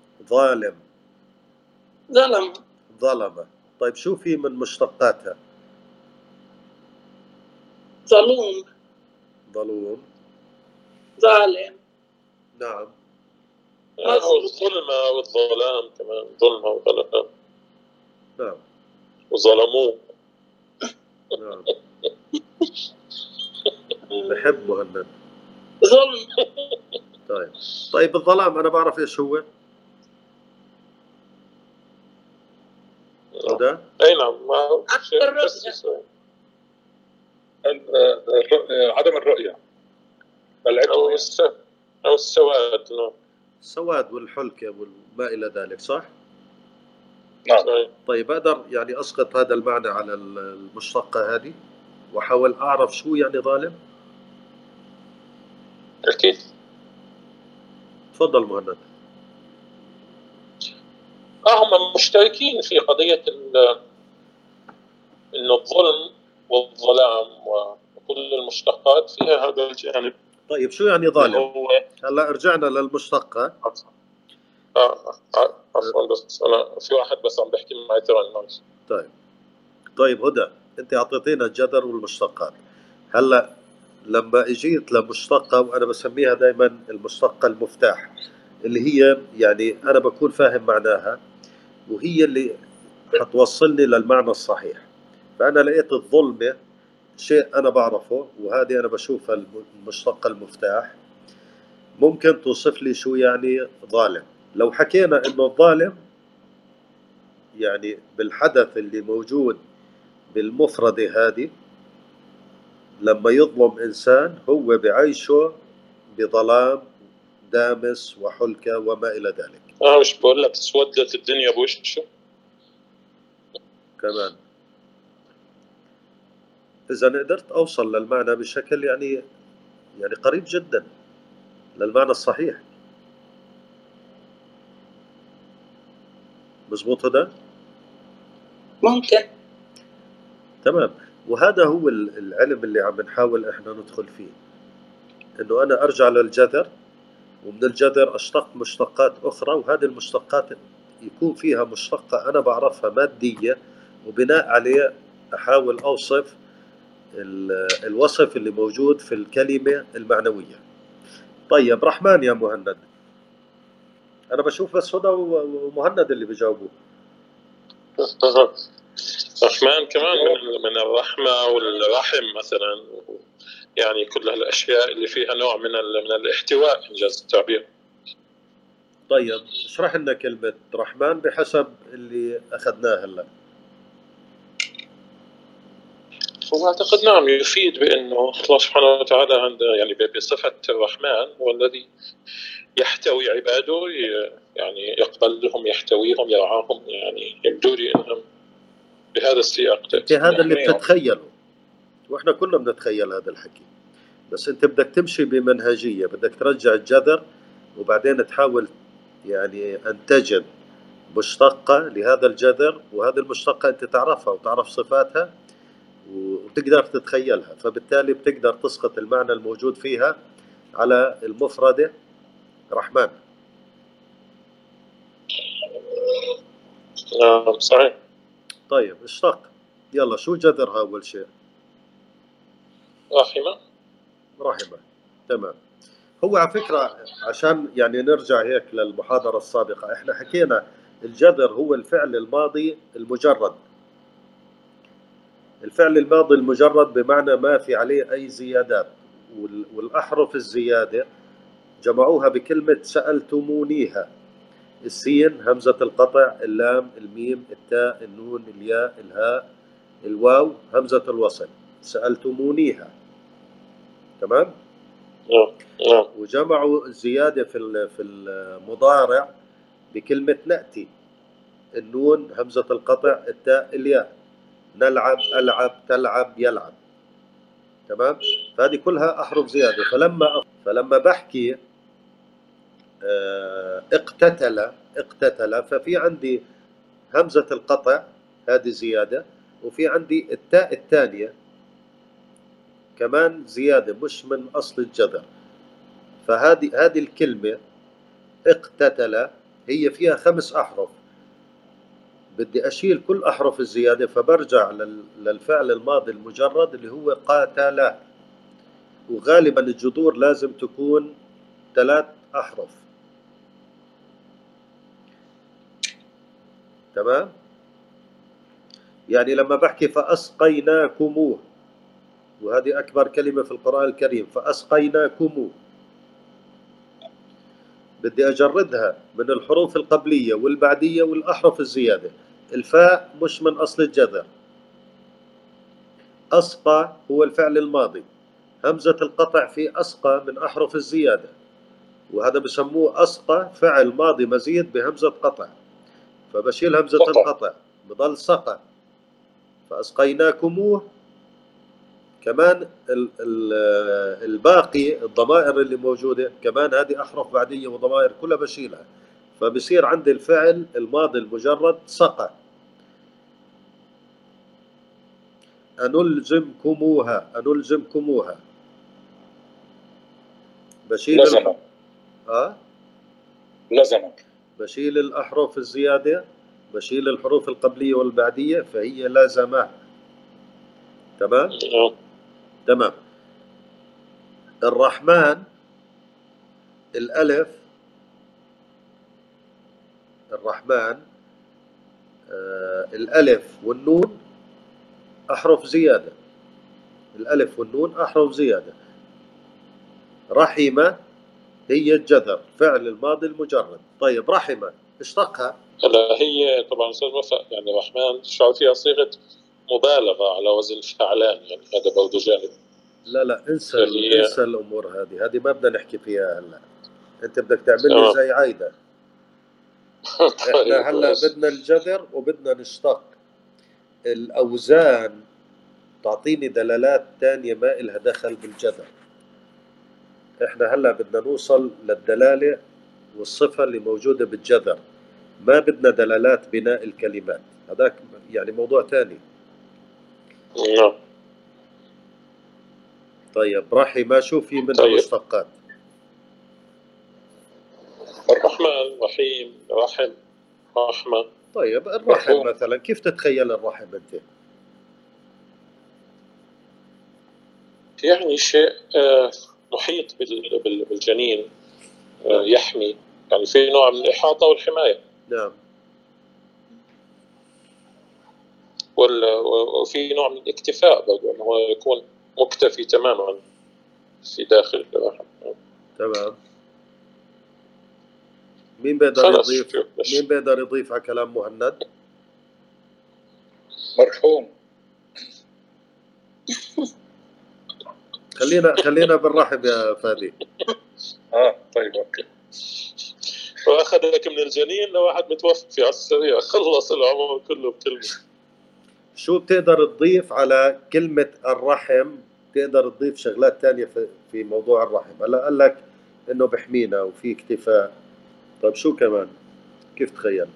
ظلمة. طيب شو في من مشتقاتها؟ ظلوم، ظالم. نعم. والظلمة والظلام كمان، ظلمة وظلام. نعم. وظلموه. نعم. بحب مهند. ظلم. طيب الظلام أنا بعرف إيش هو. هذا؟ أي نعم. عدم الرؤية أو السواد. نعم. السواد والحلكة وما إلى ذلك، صح؟ نعم. طيب أقدر يعني أسقط هذا المعنى على المشتقة هذه وأحاول أعرف شو يعني ظالم؟ أكيد. تفضل مهند. هم مشتركين في قضية إنه الظلم والظلام وكل المشتقات فيها هذا الجانب. طيب شو يعني ظالم؟ هو هلا رجعنا للمشتقة. عفوا بس أنا في واحد بس عم بحكي معي ثواني. طيب هدى، أنت أعطيتينا الجذر والمشتقات. هلا لما اجيت لمشتقة، وأنا بسميها دائما المشتقة المفتاح، اللي هي يعني أنا بكون فاهم معناها، وهي اللي حتوصلني للمعنى الصحيح. فأنا لقيت الظلمة شيء أنا بعرفه، وهذه أنا بشوفها المشتقة المفتاح. ممكن توصف لي شو يعني ظالم؟ لو حكينا إنه الظالم يعني بالحدث اللي موجود بالمفردة هذه، لما يظلم إنسان هو بعيشه بظلام دامس وحلكة وما إلى ذلك. مش بقول لك اسودت الدنيا بوشه كمان. إذا قدرت أوصل للمعنى بشكل يعني قريب جدا للمعنى الصحيح. مزبوط هذا؟ ممكن. تمام. وهذا هو العلم اللي عم نحاول إحنا ندخل فيه، إنه أنا أرجع للجذر، ومن الجذر أشتق مشتقات أخرى، وهذه المشتقات يكون فيها مشتقة أنا بعرفها مادية، وبناء عليه أحاول أوصف الوصف اللي موجود في الكلمة المعنوية. طيب رحمن يا مهند، أنا بشوف بس هدى ومهند اللي بيجاوبوا. رحمن كمان من الرحمة والرحم مثلا، يعني كل هالأشياء اللي فيها نوع من الاحتواء إنجاز التعبير. طيب اشرح لنا كلمة رحمن بحسب اللي أخذناه هلا. وأعتقد نعم يفيد بأنه الله سبحانه وتعالى عنده يعني بصفة الرحمن هو الذي يحتوي عباده، يعني يقبلهم يحتويهم يرعاهم. يعني يبدو لي أنهم بهذا السياق تأتي. هذا اللي بتتخيله، وإحنا كلنا بنتخيل هذا الحكي، بس أنت بدك تمشي بمنهجية، بدك ترجع الجذر وبعدين تحاول يعني أن تجد مشتقة لهذا الجذر، وهذه المشتقة أنت تعرفها وتعرف صفاتها وتقدر تتخيلها، فبالتالي بتقدر تسقط المعنى الموجود فيها على المفردة رحمن. صحيح. طيب اشتق، يلا شو جذرها أول شيء؟ رحمة. تمام. هو على فكرة عشان يعني نرجع هيك للمحاضرة السابقة، احنا حكينا الجذر هو الفعل الماضي المجرد. الفعل الماضي المجرد بمعنى ما في عليه أي زيادات، والأحرف الزيادة جمعوها بكلمة سألتمونيها: السين، همزة القطع، اللام، الميم، التاء، النون، الياء، الهاء، الواو، همزة الوصل. سألتمونيها. تمام؟ وجمعوا الزيادة في المضارع بكلمة نأتي: النون، همزة القطع، التاء، الياء. نلعب، ألعب، تلعب، يلعب. تمام؟ فهذه كلها أحرف زيادة. فلما بحكي اقتتل، ففي عندي همزة القطع هذه زيادة، وفي عندي التاء الثانية كمان زيادة مش من أصل الجذر. فهذه الكلمة اقتتل هي فيها 5 أحرف، بدي أشيل كل أحرف الزيادة، فبرجع للفعل الماضي المجرد اللي هو قاتل، وغالبا الجذور لازم تكون 3 أحرف. تمام؟ يعني لما بحكي فأسقيناكموه، وهذه أكبر كلمة في القرآن الكريم، فأسقيناكموه، بدي أجردها من الحروف القبلية والبعدية والأحرف الزيادة. الفاء مش من أصل الجذر. أسقى هو الفعل الماضي، همزة القطع في أسقى من أحرف الزيادة، وهذا بسموه أسقى فعل ماضي مزيد بهمزة قطع، فبشيل همزة القطع بضل سقى. فأسقيناكموه. كمان الباقي الضمائر اللي موجودة كمان هذه أحرف بعدية وضمائر كلها بشيلها، فبصير عندي الفعل الماضي المجرد سقى. أنلزمكموها، أنلزمكموها. بشيل لزم. لزم. بشيل الأحرف الزيادة، بشيل الحروف القبلية والبعدية، فهي لازمة. تمام؟ تمام. الرحمن الألف، الرحمن الألف والنون أحرف زيادة، الألف والنون أحرف زيادة. رحمة هي الجذر، فعل الماضي المجرد. طيب رحمة اشتقها. هلا هي طبعا استاذ وفاء يعني الرحمن شعر فيها صيغه مبالغه على وزن فعلان، يعني هذا برضه جانب. لا انسى الامور هذه ما بدنا نحكي فيها هلا. انت بدك تعمل لي زي عايده. احنا هلا بدنا الجذر وبدنا نشتق. الاوزان تعطيني دلالات ثانيه ما إلها دخل بالجذر. احنا هلا بدنا نوصل للدلاله والصفه اللي موجوده بالجذر، ما بدنا دلالات بناء الكلمات، هذاك يعني موضوع ثاني. طيب رحمة شو في منها مشتقات؟ الرحمن، رحيم، رحم، رحمة. طيب الرحم مثلا كيف تتخيل الرحم انت؟ يعني شيء محيط بالجنين، يحمي، يعني في نوع من الإحاطة والحماية. نعم. وفي نوع من الاكتفاء برضه، انه هو يكون مكتفي تماما في داخل الرحم. تمام. مين بيقدر يضيف على كلام مهند؟ مرحوم. خلينا بالرحب يا فادي. طيب اوكي. واخذك من الجنين لواحد متوفي على السريع، خلص العمر كله بكلمه. شو بتقدر تضيف على كلمة الرحم؟ تقدر تضيف شغلات تانية في موضوع الرحم. هلا قال لك انه بحمينا وفي اكتفاء. طيب شو كمان؟ كيف تخيل؟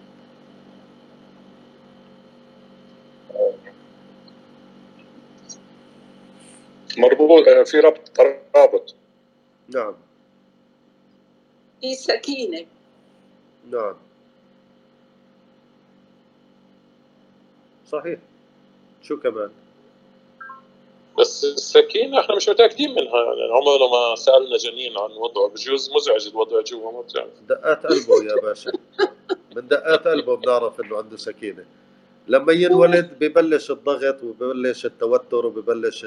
مربوط، في رابط. نعم. في سكينة. نعم صحيح. شو كمان؟ بس السكينة احنا مش متأكدين منها، يعني عمرنا ما سألنا جنين عن وضعه، بجوز مزعج الوضع جوا، ما بتعرف. دقات قلبه يا باشا، من دقات قلبه بنعرف انه عنده سكينة. لما ينولد ببلش الضغط وببلش التوتر وببلش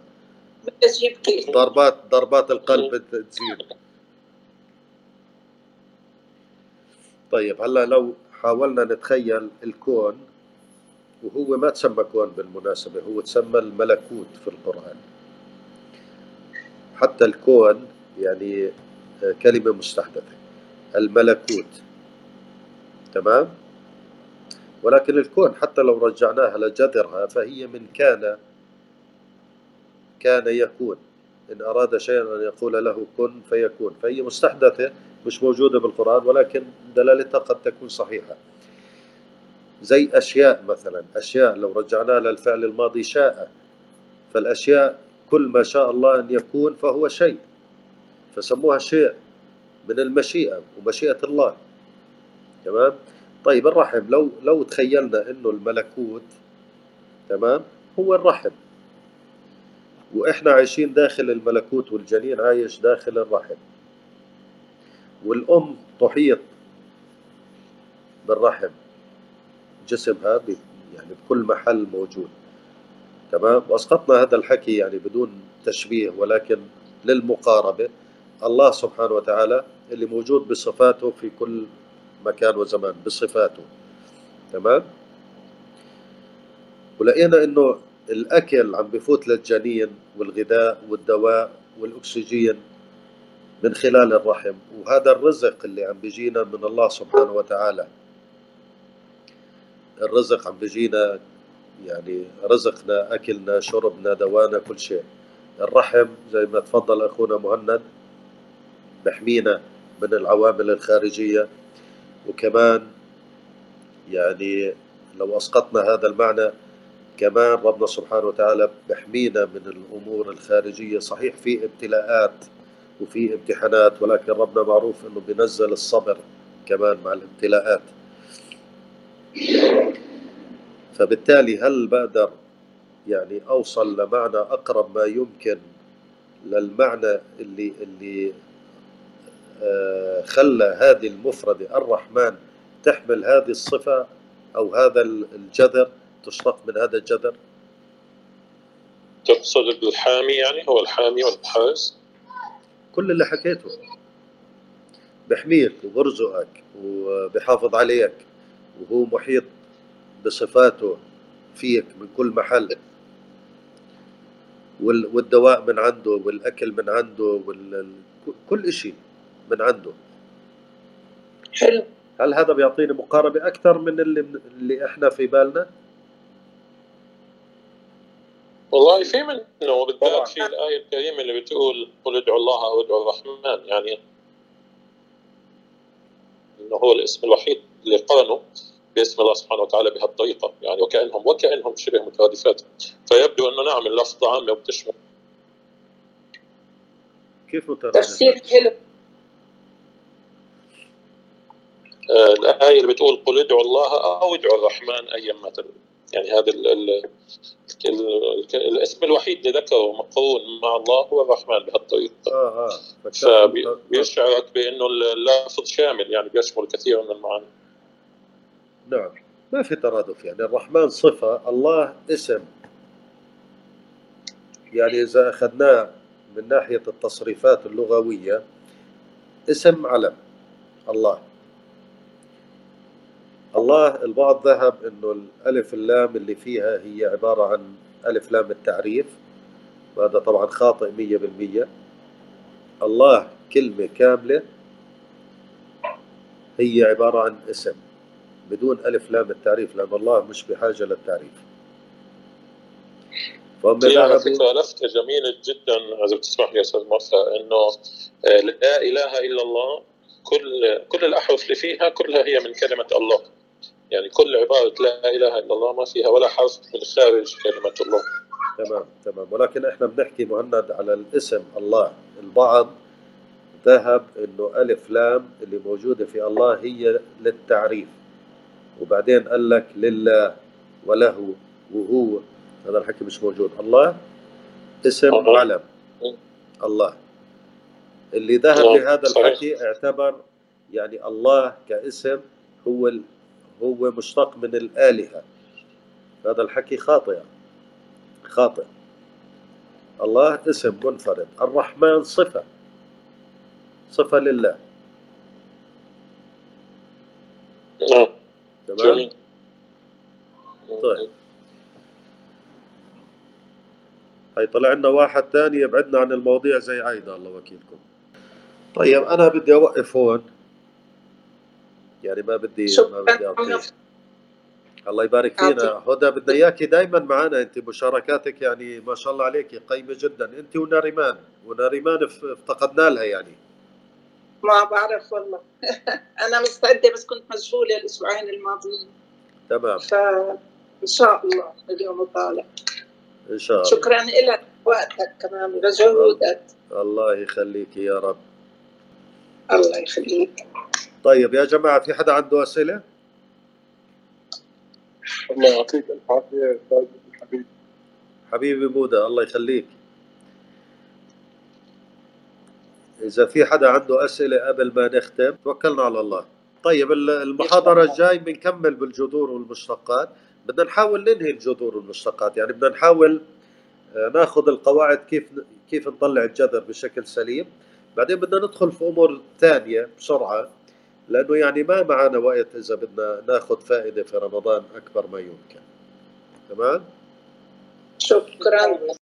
ضربات القلب تزيد. طيب هلا لو حاولنا نتخيل الكون، وهو ما تسمى كون بالمناسبة، هو تسمى الملكوت في القرآن. حتى الكون يعني كلمة مستحدثة، الملكوت. تمام؟ ولكن الكون حتى لو رجعناها لجذرها فهي من كان يكون، إن أراد شيئا أن يقول له كن فيكون، فهي مستحدثة مش موجودة بالقرآن، ولكن دلالتها قد تكون صحيحة. زي أشياء مثلا، أشياء لو رجعناها للفعل الماضي شاء، فالأشياء كل ما شاء الله أن يكون فهو شيء، فسموها شيء من المشيئة ومشيئة الله. تمام؟ طيب الرحم لو تخيلنا إنه الملكوت تمام هو الرحم، وإحنا عايشين داخل الملكوت والجنين عايش داخل الرحم، والأم تحيط بالرحم جسمها يعني بكل محل موجود. تمام؟ وأسقطنا هذا الحكي يعني بدون تشبيه ولكن للمقاربة. الله سبحانه وتعالى اللي موجود بصفاته في كل مكان وزمان بصفاته. تمام؟ ولقينا إنه الأكل عم بفوت للجنين والغذاء والدواء والأكسجين من خلال الرحم، وهذا الرزق اللي عم بيجينا من الله سبحانه وتعالى. الرزق عم بيجينا يعني رزقنا، أكلنا، شربنا، دوانا، كل شيء. الرحم زي ما تفضل أخونا مهند بحمينا من العوامل الخارجية، وكمان يعني لو أسقطنا هذا المعنى كمان ربنا سبحانه وتعالى بيحمينا من الأمور الخارجية. صحيح في ابتلاءات وفي امتحانات، ولكن ربنا معروف أنه بينزل الصبر كمان مع الابتلاءات. فبالتالي هل بقدر يعني أوصل لمعنى أقرب ما يمكن للمعنى اللي خلى هذه المفردة الرحمن تحمل هذه الصفة أو هذا الجذر، تشتق من هذا الجذر؟ تقصد الحامي، يعني هو الحامي والحارس؟ كل اللي حكيته، بحميك وبرزقك وبحافظ عليك، وهو محيط بصفاته فيك من كل محل، والدواء من عنده والأكل من عنده كل إشي من عنده. حلو. هل هذا بيعطيني مقاربة أكثر من اللي إحنا في بالنا؟ والله في منه، بالذات في الآية الكريمة اللي بتقول قل ادعوا الله أو ادعوا الرحمن، يعني إنه هو الاسم الوحيد اللي قارنوا باسم الله سبحانه وتعالى بهالطريقة، يعني وكأنهم شبه مترادفات. فيبدو أنه نعم اللفظة عامة وبتشمل. كيف مترادفات؟ تفسير حلو. الآية اللي بتقول قل ادعوا الله أو ادعوا الرحمن أيما تدعوا، يعني هذا الاسم الوحيد اللي ذكره مقرون مع الله هو الرحمن بهالطريقة. فبيشعرك بأنه اللفظ شامل، يعني بيشمل كثير من المعاني. نعم، ما في ترادف. يعني الرحمن صفة، الله اسم. يعني إذا أخذناه من ناحية التصريفات اللغوية، اسم علم الله. الله البعض ذهب إنه الألف اللام اللي فيها هي عبارة عن ألف لام التعريف، وهذا طبعا خاطئ 100%. الله كلمة كاملة هي عبارة عن اسم بدون ألف لام التعريف، لأن الله مش بحاجة للتعريف. على فكرة لفتة جميلة جدا إذا بتسمح لي يا أستاذ موسى، إنه لا إله إلا الله كل الأحرف اللي فيها كلها هي من كلمة الله. يعني كل عبارة لا إله إلا الله ما فيها ولا حرف من خارج كلمة الله. تمام. ولكن إحنا بنحكي مهند على الاسم الله. البعض ذهب إنه ألف لام اللي موجودة في الله هي للتعريف، وبعدين قال لك لله وله وهو. هذا الحكي مش موجود. الله اسم علم الله. اللي ذهب لهذا الحكي اعتبر يعني الله كاسم هو مشتق من الآلهة. هذا الحكي خاطئ. الله اسم منفرد، الرحمن صفة لله. تمام. طيب، هي طلع لنا واحد ثاني يبعدنا عن المواضيع زي عايدة، الله وكيلكم. طيب أنا بدي أوقف هون، يعني ما بدي أعطي. الله يبارك فينا. هدى بدنا إياكي دايما معنا، أنت مشاركاتك يعني ما شاء الله عليك قيمة جدا، أنت وناريمان افتقدنا لها يعني. ما بعرف والله. أنا مستعدة بس كنت مشغولة الأسبوعين الماضيين. تمام. فإن شاء الله اليوم طالع. إن شاء الله. شكرا لك وقتك كمان وجهودك. الله يخليك يا رب. الله يخليك. طيب يا جماعة، في حدا عنده أسئلة؟ الله يعطيك العافية أستاذ حبيبي بودة، الله يخليك. إذا في حدا عنده أسئلة قبل ما نختم توكلنا على الله. طيب المحاضرة الجاي بنكمل بالجذور والمشتقات. بدنا نحاول ننهي الجذور والمشتقات، يعني بدنا نحاول ناخذ القواعد كيف نطلع الجذر بشكل سليم. بعدين بدنا ندخل في أمور ثانية بسرعة، لأنه يعني ما معنا وقت إذا بدنا ناخذ فائدة في رمضان أكبر ما يمكن. تمام؟ شكرا.